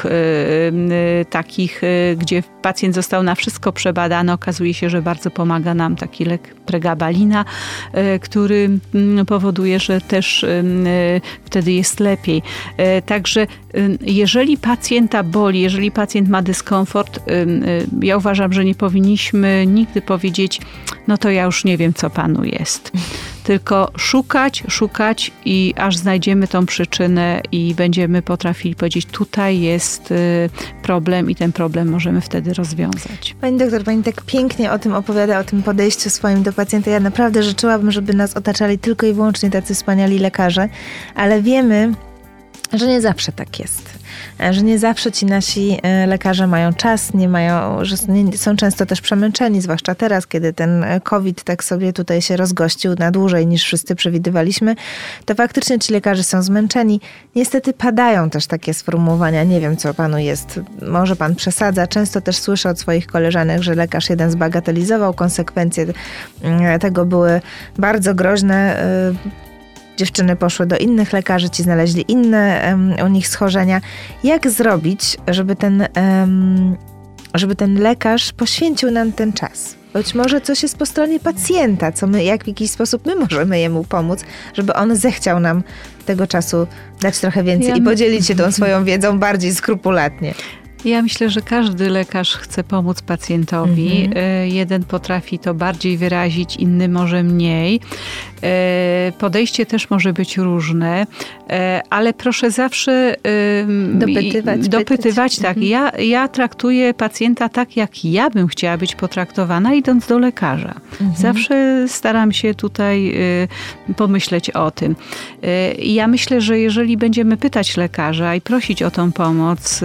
takich, gdzie pacjent został na wszystko przebadany, okazuje się, że bardzo pomaga nam taki lek pregabalina, który powoduje, że też wtedy jest lepiej. Także jeżeli pacjenta boli, jeżeli pacjent ma dyskomfort, ja uważam, że nie powinniśmy nigdy powiedzieć, no to ja już nie wiem, co panu jest. Tylko szukać i aż znajdziemy tą przyczynę i będziemy potrafili powiedzieć, tutaj jest problem i ten problem możemy wtedy rozwiązać. Pani doktor, pani tak pięknie o tym opowiada, o tym podejściu swoim do pacjenta. Ja naprawdę życzyłabym, żeby nas otaczali tylko i wyłącznie tacy wspaniali lekarze, ale wiemy, że nie zawsze tak jest. Że nie zawsze ci nasi lekarze mają czas, że są często też przemęczeni, zwłaszcza teraz, kiedy ten COVID tak sobie tutaj się rozgościł na dłużej niż wszyscy przewidywaliśmy, to faktycznie ci lekarze są zmęczeni. Niestety padają też takie sformułowania, nie wiem co panu jest, może pan przesadza. Często też słyszę od swoich koleżanek, że lekarz jeden zbagatelizował, konsekwencje tego były bardzo groźne. Dziewczyny poszły do innych lekarzy, ci znaleźli inne u nich schorzenia. Jak zrobić, żeby ten lekarz poświęcił nam ten czas? Być może coś jest po stronie pacjenta, jak w jakiś sposób my możemy jemu pomóc, żeby on zechciał nam tego czasu dać trochę więcej i podzielić się tą swoją wiedzą bardziej skrupulatnie. Ja myślę, że każdy lekarz chce pomóc pacjentowi. Jeden potrafi to bardziej wyrazić, inny może mniej. Podejście też może być różne, ale proszę zawsze dopytywać. Tak. Ja traktuję pacjenta tak, jak ja bym chciała być potraktowana, idąc do lekarza. Zawsze staram się tutaj pomyśleć o tym. I ja myślę, że jeżeli będziemy pytać lekarza i prosić o tą pomoc,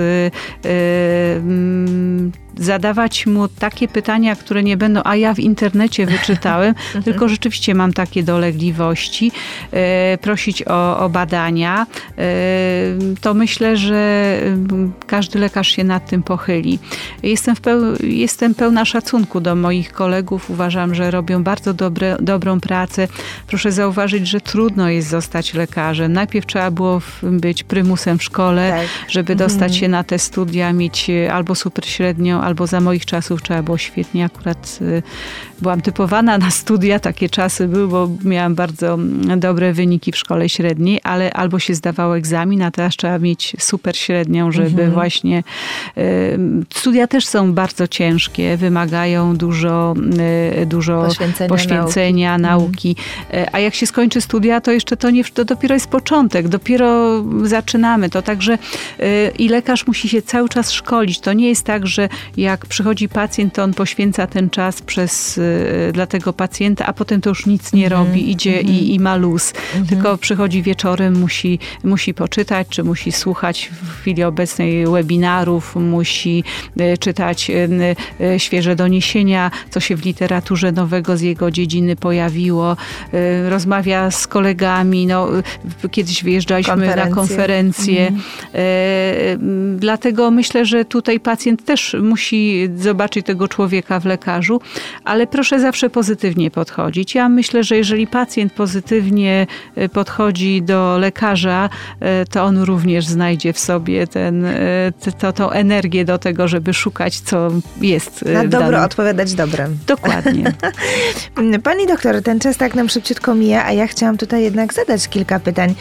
zadawać mu takie pytania, które nie będą, a ja w internecie wyczytałem, tylko rzeczywiście mam takie dolegliwości, prosić o badania, to myślę, że każdy lekarz się nad tym pochyli. Jestem pełna szacunku do moich kolegów. Uważam, że robią bardzo dobrą pracę. Proszę zauważyć, że trudno jest zostać lekarzem. Najpierw trzeba było być prymusem w szkole, tak, żeby dostać się na te studia, mieć albo super średnią, albo za moich czasów trzeba było świetnie. Akurat byłam typowana na studia, takie czasy były, bo miałam bardzo dobre wyniki w szkole średniej, ale albo się zdawało egzamin, a teraz trzeba mieć super średnią, żeby właśnie... Studia też są bardzo ciężkie, wymagają dużo poświęcenia, nauki. A jak się skończy studia, to jeszcze to dopiero jest początek, dopiero zaczynamy to. Także i lekarz musi się cały czas szkolić. To nie jest tak, że jak przychodzi pacjent, to on poświęca ten czas dla tego pacjenta, a potem to już nic nie robi, idzie i ma luz. Tylko przychodzi wieczorem, musi poczytać, czy musi słuchać w chwili obecnej webinarów, musi czytać świeże doniesienia, co się w literaturze nowego z jego dziedziny pojawiło, rozmawia z kolegami. Kiedyś wyjeżdżaliśmy na konferencję. Dlatego myślę, że tutaj pacjent też musi zobaczyć tego człowieka w lekarzu, ale proszę zawsze pozytywnie podchodzić. Ja myślę, że jeżeli pacjent pozytywnie podchodzi do lekarza, to on również znajdzie w sobie tą energię do tego, żeby szukać, co jest na dobro odpowiadać dobrem. Dokładnie. Pani doktor, ten czas tak nam szybciutko mija, a ja chciałam tutaj jednak zadać kilka pytań.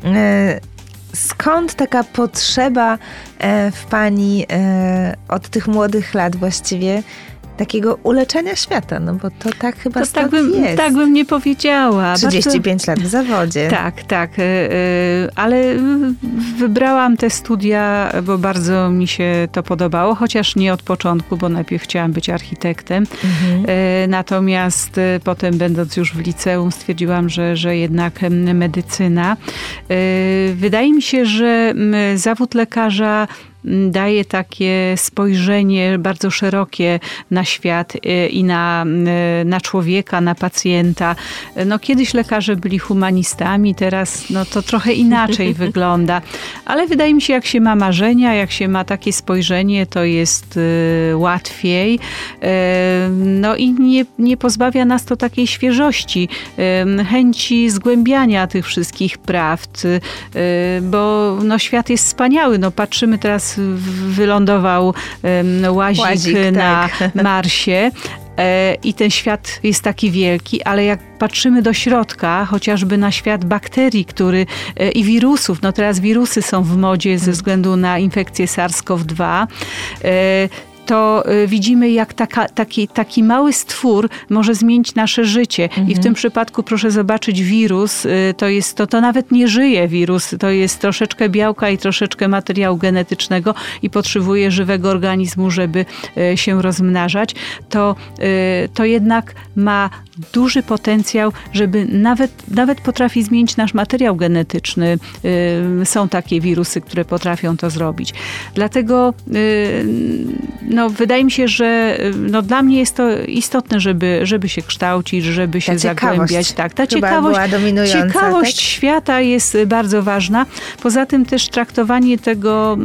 Skąd taka potrzeba w pani od tych młodych lat właściwie takiego uleczenia świata? No bo to tak chyba to stąd jest. Tak bym nie powiedziała. 35 lat w zawodzie. Tak. Ale wybrałam te studia, bo bardzo mi się to podobało, chociaż nie od początku, bo najpierw chciałam być architektem. Natomiast potem, będąc już w liceum, stwierdziłam, że jednak medycyna. Wydaje mi się, że zawód lekarza daje takie spojrzenie bardzo szerokie na świat i na człowieka, na pacjenta. Kiedyś lekarze byli humanistami, teraz to trochę inaczej wygląda. Ale wydaje mi się, jak się ma marzenia, jak się ma takie spojrzenie, to jest łatwiej. I nie pozbawia nas to takiej świeżości, chęci zgłębiania tych wszystkich prawd, bo tak. Świat jest wspaniały. Patrzymy teraz, wylądował łazik na Marsie. I ten świat jest taki wielki, ale jak patrzymy do środka, chociażby na świat bakterii, i wirusów, teraz wirusy są w modzie ze względu na infekcję SARS-CoV-2, to widzimy, jak taki mały stwór może zmienić nasze życie. I w tym przypadku proszę zobaczyć, wirus, to nawet nie żyje wirus, to jest troszeczkę białka i troszeczkę materiału genetycznego i potrzebuje żywego organizmu, żeby się rozmnażać. To jednak ma duży potencjał, żeby nawet potrafi zmienić nasz materiał genetyczny. Są takie wirusy, które potrafią to zrobić. Dlatego wydaje mi się, że dla mnie jest to istotne, żeby się kształcić, żeby się zagłębiać. Tak, ta ciekawość świata jest bardzo ważna. Poza tym też traktowanie tego,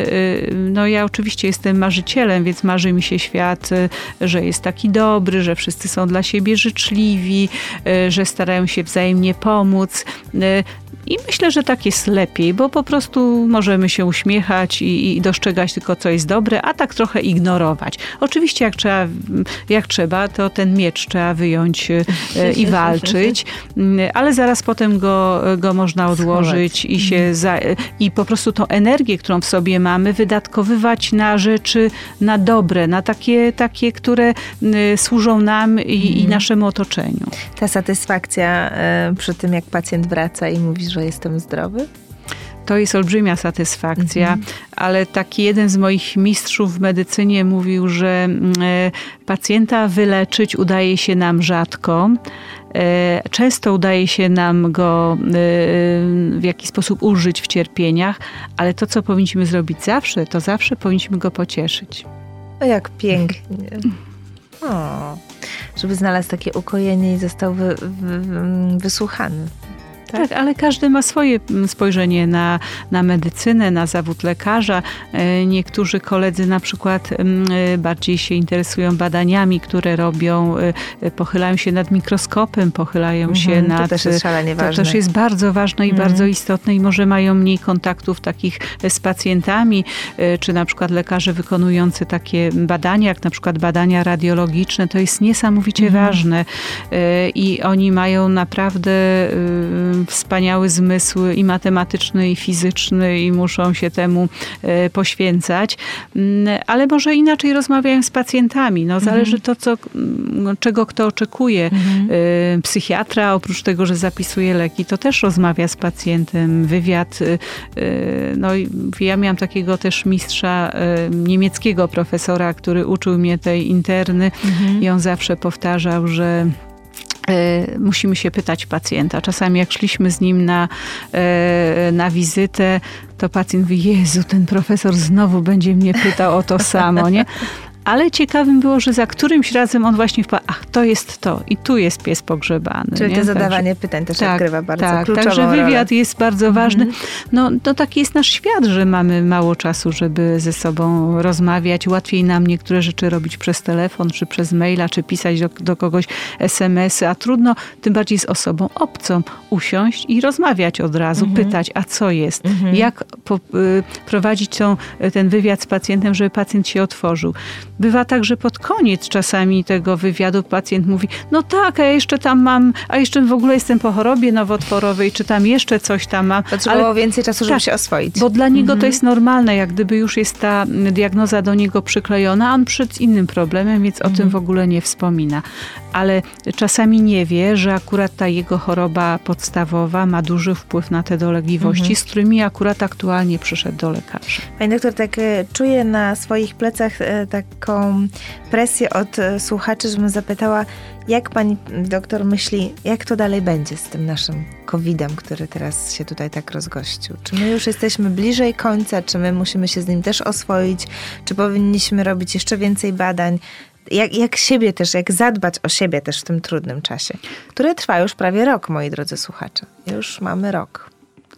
ja oczywiście jestem marzycielem, więc marzy mi się świat, że jest taki dobry, że wszyscy są dla siebie życzliwi, że starają się wzajemnie pomóc. I myślę, że tak jest lepiej, bo po prostu możemy się uśmiechać i dostrzegać tylko, co jest dobre, a tak trochę ignorować. Oczywiście jak trzeba, to ten miecz trzeba wyjąć i walczyć, ale zaraz potem go można odłożyć i po prostu tą energię, którą w sobie mamy, wydatkowywać na rzeczy, na dobre, na takie które służą nam i naszemu otoczeniu. Ta satysfakcja przy tym, jak pacjent wraca i mówi, że jestem zdrowy? To jest olbrzymia satysfakcja, ale taki jeden z moich mistrzów w medycynie mówił, że pacjenta wyleczyć udaje się nam rzadko. Często udaje się nam go w jakiś sposób użyć w cierpieniach, ale to, co powinniśmy zrobić zawsze, to zawsze powinniśmy go pocieszyć. O, jak pięknie. Żeby znalazł takie ukojenie i został wysłuchany. Tak, ale każdy ma swoje spojrzenie na medycynę, na zawód lekarza. Niektórzy koledzy na przykład bardziej się interesują badaniami, które robią, pochylają się nad mikroskopem, pochylają się nad... To też jest szalenie ważne. To też jest bardzo ważne i bardzo istotne i może mają mniej kontaktów takich z pacjentami, czy na przykład lekarze wykonujący takie badania, jak na przykład badania radiologiczne. To jest niesamowicie ważne i oni mają naprawdę wspaniały zmysł i matematyczny, i fizyczny i muszą się temu poświęcać. Ale może inaczej rozmawiają z pacjentami. No, zależy to, czego kto oczekuje. Psychiatra, oprócz tego, że zapisuje leki, to też rozmawia z pacjentem. Wywiad. No, ja miałam takiego też mistrza, niemieckiego profesora, który uczył mnie tej interny i on zawsze powtarzał, że musimy się pytać pacjenta. Czasami jak szliśmy z nim na wizytę, to pacjent mówi, Jezu, ten profesor znowu będzie mnie pytał o to samo, nie? Ale ciekawym było, że za którymś razem on właśnie wpadł, to jest to i tu jest pies pogrzebany. Czyli to zadawanie pytań też odgrywa bardzo kluczową także wywiad rolę. jest bardzo ważny. No taki jest nasz świat, że mamy mało czasu, żeby ze sobą rozmawiać. Łatwiej nam niektóre rzeczy robić przez telefon, czy przez maila, czy pisać do kogoś SMS-y, a trudno, tym bardziej z osobą obcą, usiąść i rozmawiać od razu, pytać, a co jest? Jak prowadzić ten wywiad z pacjentem, żeby pacjent się otworzył. Bywa tak, że pod koniec czasami tego wywiadu pacjent mówi, no tak, a ja jeszcze tam mam, a jeszcze w ogóle jestem po chorobie nowotworowej, czy tam jeszcze coś tam mam. Potrzebowało więcej czasu, żeby się oswoić. Bo dla niego to jest normalne, jak gdyby już jest ta diagnoza do niego przyklejona, a on przed innym problemem, więc o tym w ogóle nie wspomina. Ale czasami nie wie, że akurat ta jego choroba podstawowa ma duży wpływ na te dolegliwości, z którymi akurat aktualnie przyszedł do lekarza. Pani doktor, tak czuję na swoich plecach taką presję od słuchaczy, żebym zapytała, jak pani doktor myśli, jak to dalej będzie z tym naszym COVID-em, który teraz się tutaj tak rozgościł? Czy my już jesteśmy bliżej końca, czy my musimy się z nim też oswoić, czy powinniśmy robić jeszcze więcej badań? Jak siebie też, jak zadbać o siebie też w tym trudnym czasie, który trwa już prawie rok, moi drodzy słuchacze. Już mamy rok.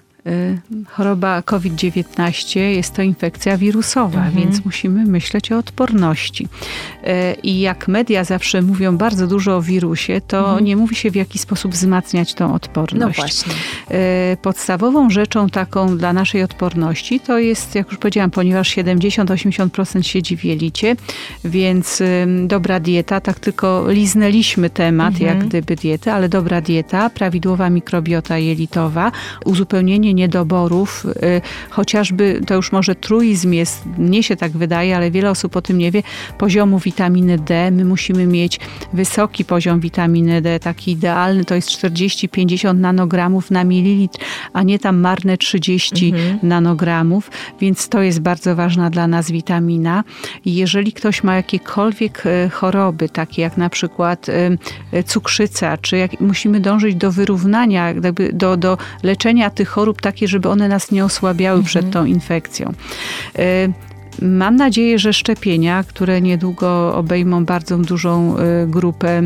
Choroba COVID-19 jest to infekcja wirusowa, więc musimy myśleć o odporności. I jak media zawsze mówią bardzo dużo o wirusie, to nie mówi się, w jaki sposób wzmacniać tą odporność. No właśnie. Podstawową rzeczą taką dla naszej odporności to jest, jak już powiedziałam, ponieważ 70-80% siedzi w jelicie, więc dobra dieta, tak tylko liznęliśmy temat, jak gdyby diety, ale dobra dieta, prawidłowa mikrobiota jelitowa, uzupełnienie niedoborów, chociażby to już może truizm jest, mnie się tak wydaje, ale wiele osób o tym nie wie, poziomu witaminy D. My musimy mieć wysoki poziom witaminy D, taki idealny, to jest 40-50 nanogramów na mililitr, a nie tam marne 30 nanogramów, więc to jest bardzo ważna dla nas witamina. I jeżeli ktoś ma jakiekolwiek choroby, takie jak na przykład cukrzyca, czy musimy dążyć do wyrównania, jakby do leczenia tych chorób takie, żeby one nas nie osłabiały przed tą infekcją. Mam nadzieję, że szczepienia, które niedługo obejmą bardzo dużą grupę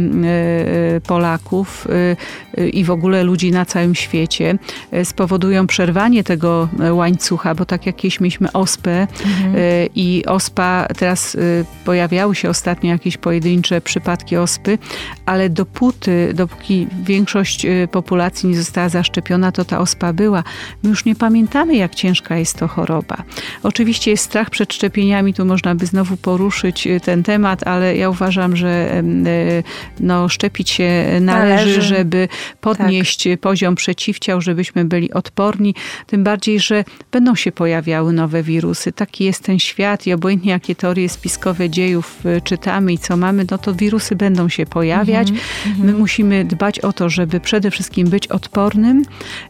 Polaków i w ogóle ludzi na całym świecie, spowodują przerwanie tego łańcucha, bo tak jak kiedyś mieliśmy ospę i ospa, teraz pojawiały się ostatnio jakieś pojedyncze przypadki ospy, ale dopóki większość populacji nie została zaszczepiona, to ta ospa była. My już nie pamiętamy, jak ciężka jest to choroba. Oczywiście jest strach przed szczepieniami, tu można by znowu poruszyć ten temat, ale ja uważam, że szczepić się należy, żeby podnieść poziom przeciwciał, żebyśmy byli odporni. Tym bardziej, że będą się pojawiały nowe wirusy. Taki jest ten świat i obojętnie jakie teorie spiskowe dziejów czytamy i co mamy, no to wirusy będą się pojawiać. My musimy dbać o to, żeby przede wszystkim być odpornym.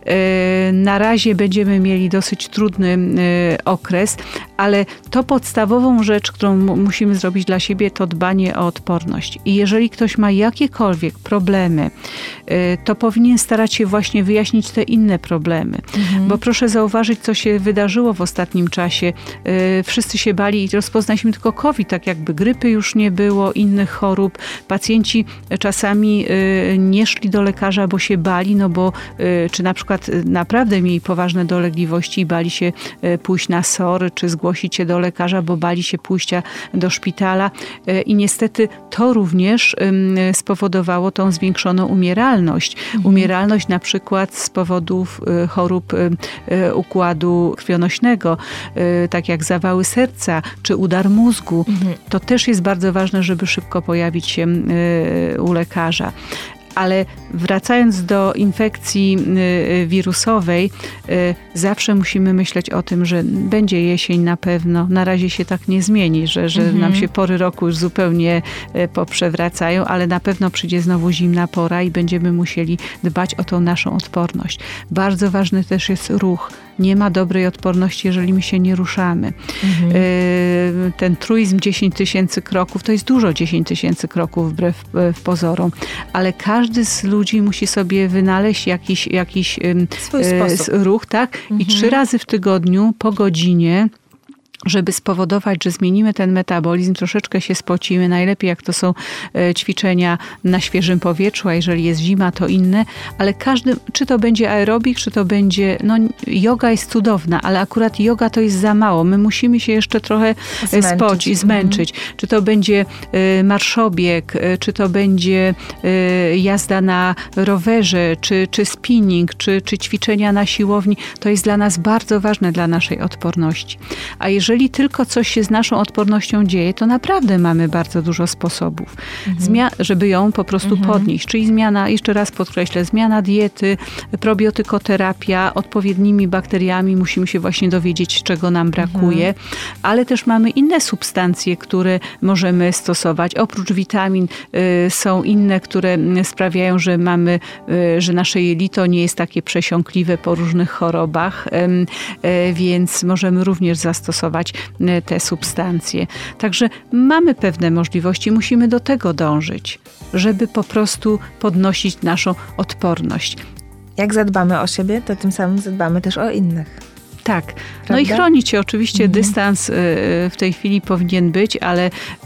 Na razie będziemy mieli dosyć trudny okres, ale to podstawową rzecz, którą musimy zrobić dla siebie, to dbanie o odporność. I jeżeli ktoś ma jakiekolwiek problemy, to powinien starać się właśnie wyjaśnić te inne problemy. Bo proszę zauważyć, co się wydarzyło w ostatnim czasie. Wszyscy się bali i rozpoznaliśmy tylko COVID, tak jakby grypy już nie było, innych chorób. Pacjenci czasami nie szli do lekarza, bo się bali, bo czy na przykład naprawdę mieli poważne dolegliwości i bali się pójść na SOR, czy zgłosić się do lekarza, bo bali się pójścia do szpitala. I niestety to również spowodowało tą zwiększoną umieralność. Umieralność na przykład z powodów chorób układu krwionośnego, tak jak zawały serca, czy udar mózgu. To też jest bardzo ważne, żeby szybko pojawić się u lekarza. Ale wracając do infekcji wirusowej, zawsze musimy myśleć o tym, że będzie jesień na pewno. Na razie się tak nie zmieni, że nam się pory roku już zupełnie poprzewracają, ale na pewno przyjdzie znowu zimna pora i będziemy musieli dbać o tą naszą odporność. Bardzo ważny też jest ruch. Nie ma dobrej odporności, jeżeli my się nie ruszamy. Ten truizm 10 000 kroków, to jest dużo 10 000 kroków wbrew pozorom, ale każdy z ludzi musi sobie wynaleźć jakiś swój sposób. Ruch, tak? I 3 razy w tygodniu po godzinie, żeby spowodować, że zmienimy ten metabolizm, troszeczkę się spocimy. Najlepiej jak to są ćwiczenia na świeżym powietrzu, a jeżeli jest zima, to inne. Ale każdy, czy to będzie aerobik, czy to będzie, joga jest cudowna, ale akurat joga to jest za mało. My musimy się jeszcze trochę spocić, zmęczyć. Czy to będzie marszobieg, czy to będzie jazda na rowerze, czy spinning, czy ćwiczenia na siłowni. To jest dla nas bardzo ważne, dla naszej odporności. A jeżeli tylko coś się z naszą odpornością dzieje, to naprawdę mamy bardzo dużo sposobów, żeby ją po prostu podnieść. Czyli zmiana, jeszcze raz podkreślę, zmiana diety, probiotykoterapia, odpowiednimi bakteriami. Musimy się właśnie dowiedzieć, czego nam brakuje. Ale też mamy inne substancje, które możemy stosować. Oprócz witamin są inne, które sprawiają, że nasze jelito nie jest takie przesiąkliwe po różnych chorobach, więc możemy również zastosować te substancje. Także mamy pewne możliwości, musimy do tego dążyć, żeby po prostu podnosić naszą odporność. Jak zadbamy o siebie, to tym samym zadbamy też o innych. Tak. Prawda? I chronić się. Oczywiście dystans w tej chwili powinien być, ale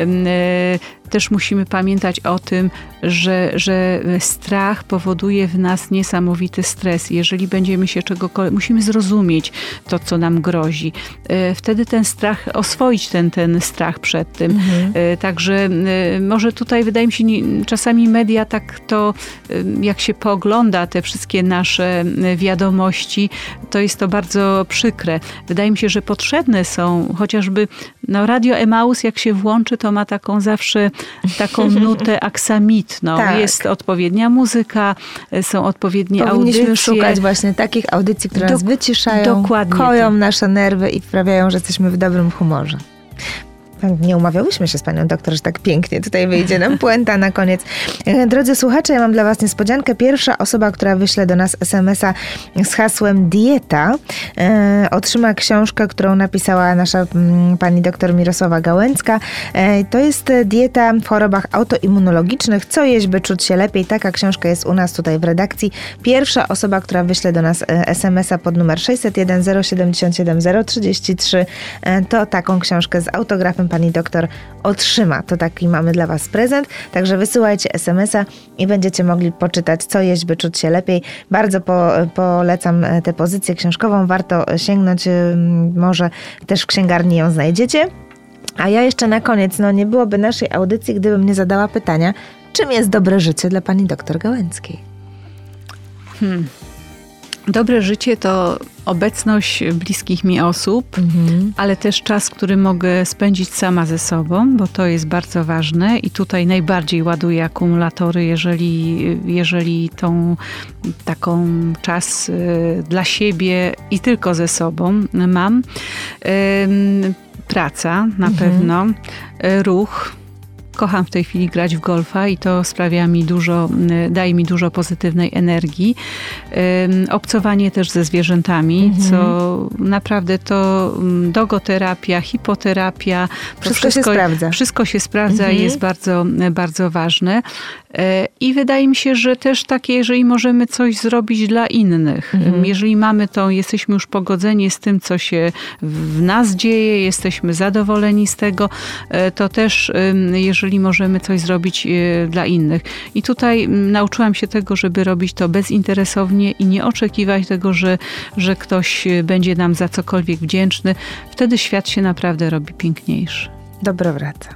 też musimy pamiętać o tym, że strach powoduje w nas niesamowity stres. Jeżeli będziemy się czegokolwiek, musimy zrozumieć to, co nam grozi. Wtedy ten strach, oswoić ten strach przed tym. Także może tutaj wydaje mi się, czasami media tak to, jak się poogląda te wszystkie nasze wiadomości, to jest to bardzo przykre. Wydaje mi się, że potrzebne są chociażby Radio Emaus, jak się włączy, to ma zawsze taką nutę aksamitną. Tak. Jest odpowiednia muzyka, są odpowiednie audycje. Powinniśmy szukać właśnie takich audycji, które nas wyciszają, koją nasze nerwy i sprawiają, że jesteśmy w dobrym humorze. Nie umawiałyśmy się z panią doktor, że tak pięknie tutaj wyjdzie nam puenta na koniec. Drodzy słuchacze, ja mam dla was niespodziankę. Pierwsza osoba, która wyśle do nas SMS-a z hasłem dieta, otrzyma książkę, którą napisała nasza pani doktor Mirosława Gałęcka. To jest dieta w chorobach autoimmunologicznych. Co jeść, by czuć się lepiej? Taka książka jest u nas tutaj w redakcji. Pierwsza osoba, która wyśle do nas SMS-a pod numer 601 077 033, to taką książkę z autografem pani doktor otrzyma. To taki mamy dla was prezent. Także wysyłajcie SMS-a i będziecie mogli poczytać, co jeść, by czuć się lepiej. Bardzo polecam tę pozycję książkową. Warto sięgnąć. Może też w księgarni ją znajdziecie. A ja jeszcze na koniec, nie byłoby naszej audycji, gdybym nie zadała pytania, czym jest dobre życie dla pani doktor Gałęckiej? Dobre życie to obecność bliskich mi osób, ale też czas, który mogę spędzić sama ze sobą, bo to jest bardzo ważne i tutaj najbardziej ładuję akumulatory, jeżeli tą taką czas dla siebie i tylko ze sobą mam. Praca na pewno, ruch. Kocham w tej chwili grać w golfa i to daje mi dużo pozytywnej energii. Obcowanie też ze zwierzętami, co naprawdę to dogoterapia, hipoterapia. Wszystko się sprawdza i jest bardzo, bardzo ważne. I wydaje mi się, że też takie, jeżeli możemy coś zrobić dla innych, jeżeli jesteśmy już pogodzeni z tym, co się w nas dzieje, jesteśmy zadowoleni z tego, to też jeżeli możemy coś zrobić dla innych. I tutaj nauczyłam się tego, żeby robić to bezinteresownie i nie oczekiwać tego, że ktoś będzie nam za cokolwiek wdzięczny. Wtedy świat się naprawdę robi piękniejszy. Dobro wraca.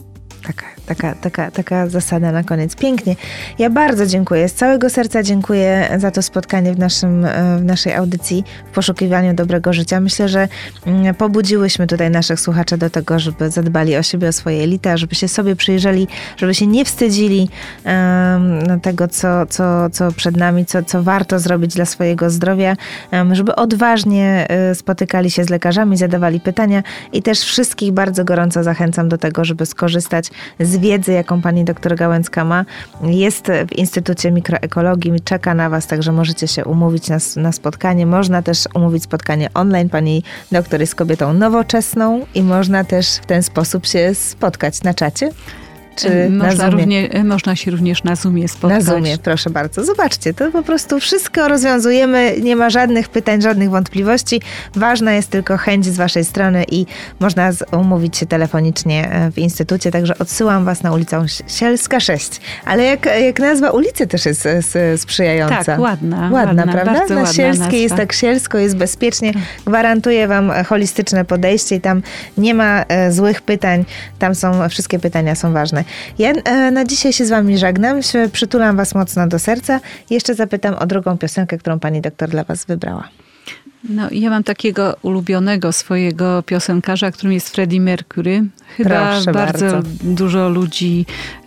Taka zasada na koniec. Pięknie. Ja bardzo dziękuję. Z całego serca dziękuję za to spotkanie w naszej audycji w poszukiwaniu dobrego życia. Myślę, że pobudziłyśmy tutaj naszych słuchaczy do tego, żeby zadbali o siebie, o swoje jelita, żeby się sobie przyjrzeli, żeby się nie wstydzili tego, co przed nami, co warto zrobić dla swojego zdrowia, żeby odważnie spotykali się z lekarzami, zadawali pytania i też wszystkich bardzo gorąco zachęcam do tego, żeby skorzystać z wiedzy, jaką pani doktor Gałęcka ma. Jest w Instytucie Mikroekologii, czeka na was, także możecie się umówić na spotkanie. Można też umówić spotkanie online. Pani doktor jest kobietą nowoczesną i można też w ten sposób się spotkać na czacie. Czy można się również na Zoomie spotkać. Na Zoomie, proszę bardzo. Zobaczcie, to po prostu wszystko rozwiązujemy. Nie ma żadnych pytań, żadnych wątpliwości. Ważna jest tylko chęć z waszej strony i można umówić się telefonicznie w Instytucie. Także odsyłam was na ulicę Sielska 6. Ale jak nazwa ulicy też jest sprzyjająca. Tak, ładna, prawda? Na Sielskiej jest tak sielsko, jest bezpiecznie. Gwarantuję wam holistyczne podejście i tam nie ma złych pytań. Tam wszystkie pytania są ważne. Ja na dzisiaj się z wami żegnam, przytulam was mocno do serca i jeszcze zapytam o drugą piosenkę, którą pani doktor dla was wybrała. Ja mam takiego ulubionego swojego piosenkarza, którym jest Freddie Mercury. Chyba bardzo dużo ludzi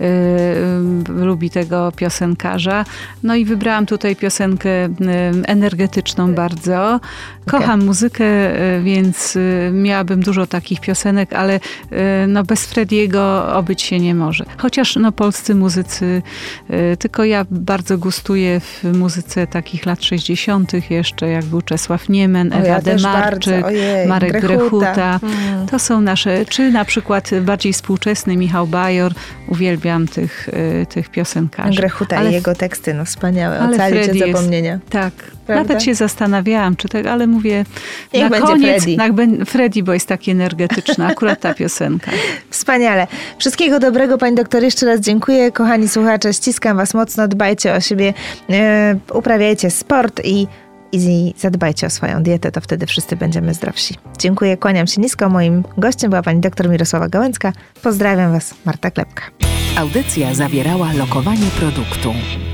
lubi tego piosenkarza. I wybrałam tutaj piosenkę energetyczną bardzo. Kocham muzykę, więc miałabym dużo takich piosenek, ale bez Frediego obyć się nie może. Chociaż polscy muzycy, tylko ja bardzo gustuję w muzyce takich lat 60. jeszcze, jak był Czesław Niemen, Ewa Demarczyk, Marek Grechuta. To są nasze, czy na przykład bardziej współczesny Michał Bajor. Uwielbiam tych piosenkarzy. Grechuta i jego teksty, wspaniałe. Ocalić od zapomnienia. Tak. Prawda? Nawet się zastanawiałam, ale mówię, niech na będzie koniec Freddie. Freddie, bo jest taki energetyczny. Akurat ta piosenka. Wspaniale. Wszystkiego dobrego, pani doktor. Jeszcze raz dziękuję. Kochani słuchacze, ściskam was mocno. Dbajcie o siebie. Uprawiajcie sport i zadbajcie o swoją dietę, to wtedy wszyscy będziemy zdrowsi. Dziękuję, kłaniam się nisko. Moim gościem była pani doktor Mirosława Gałęcka. Pozdrawiam was, Marta Klepka. Audycja zawierała lokowanie produktu.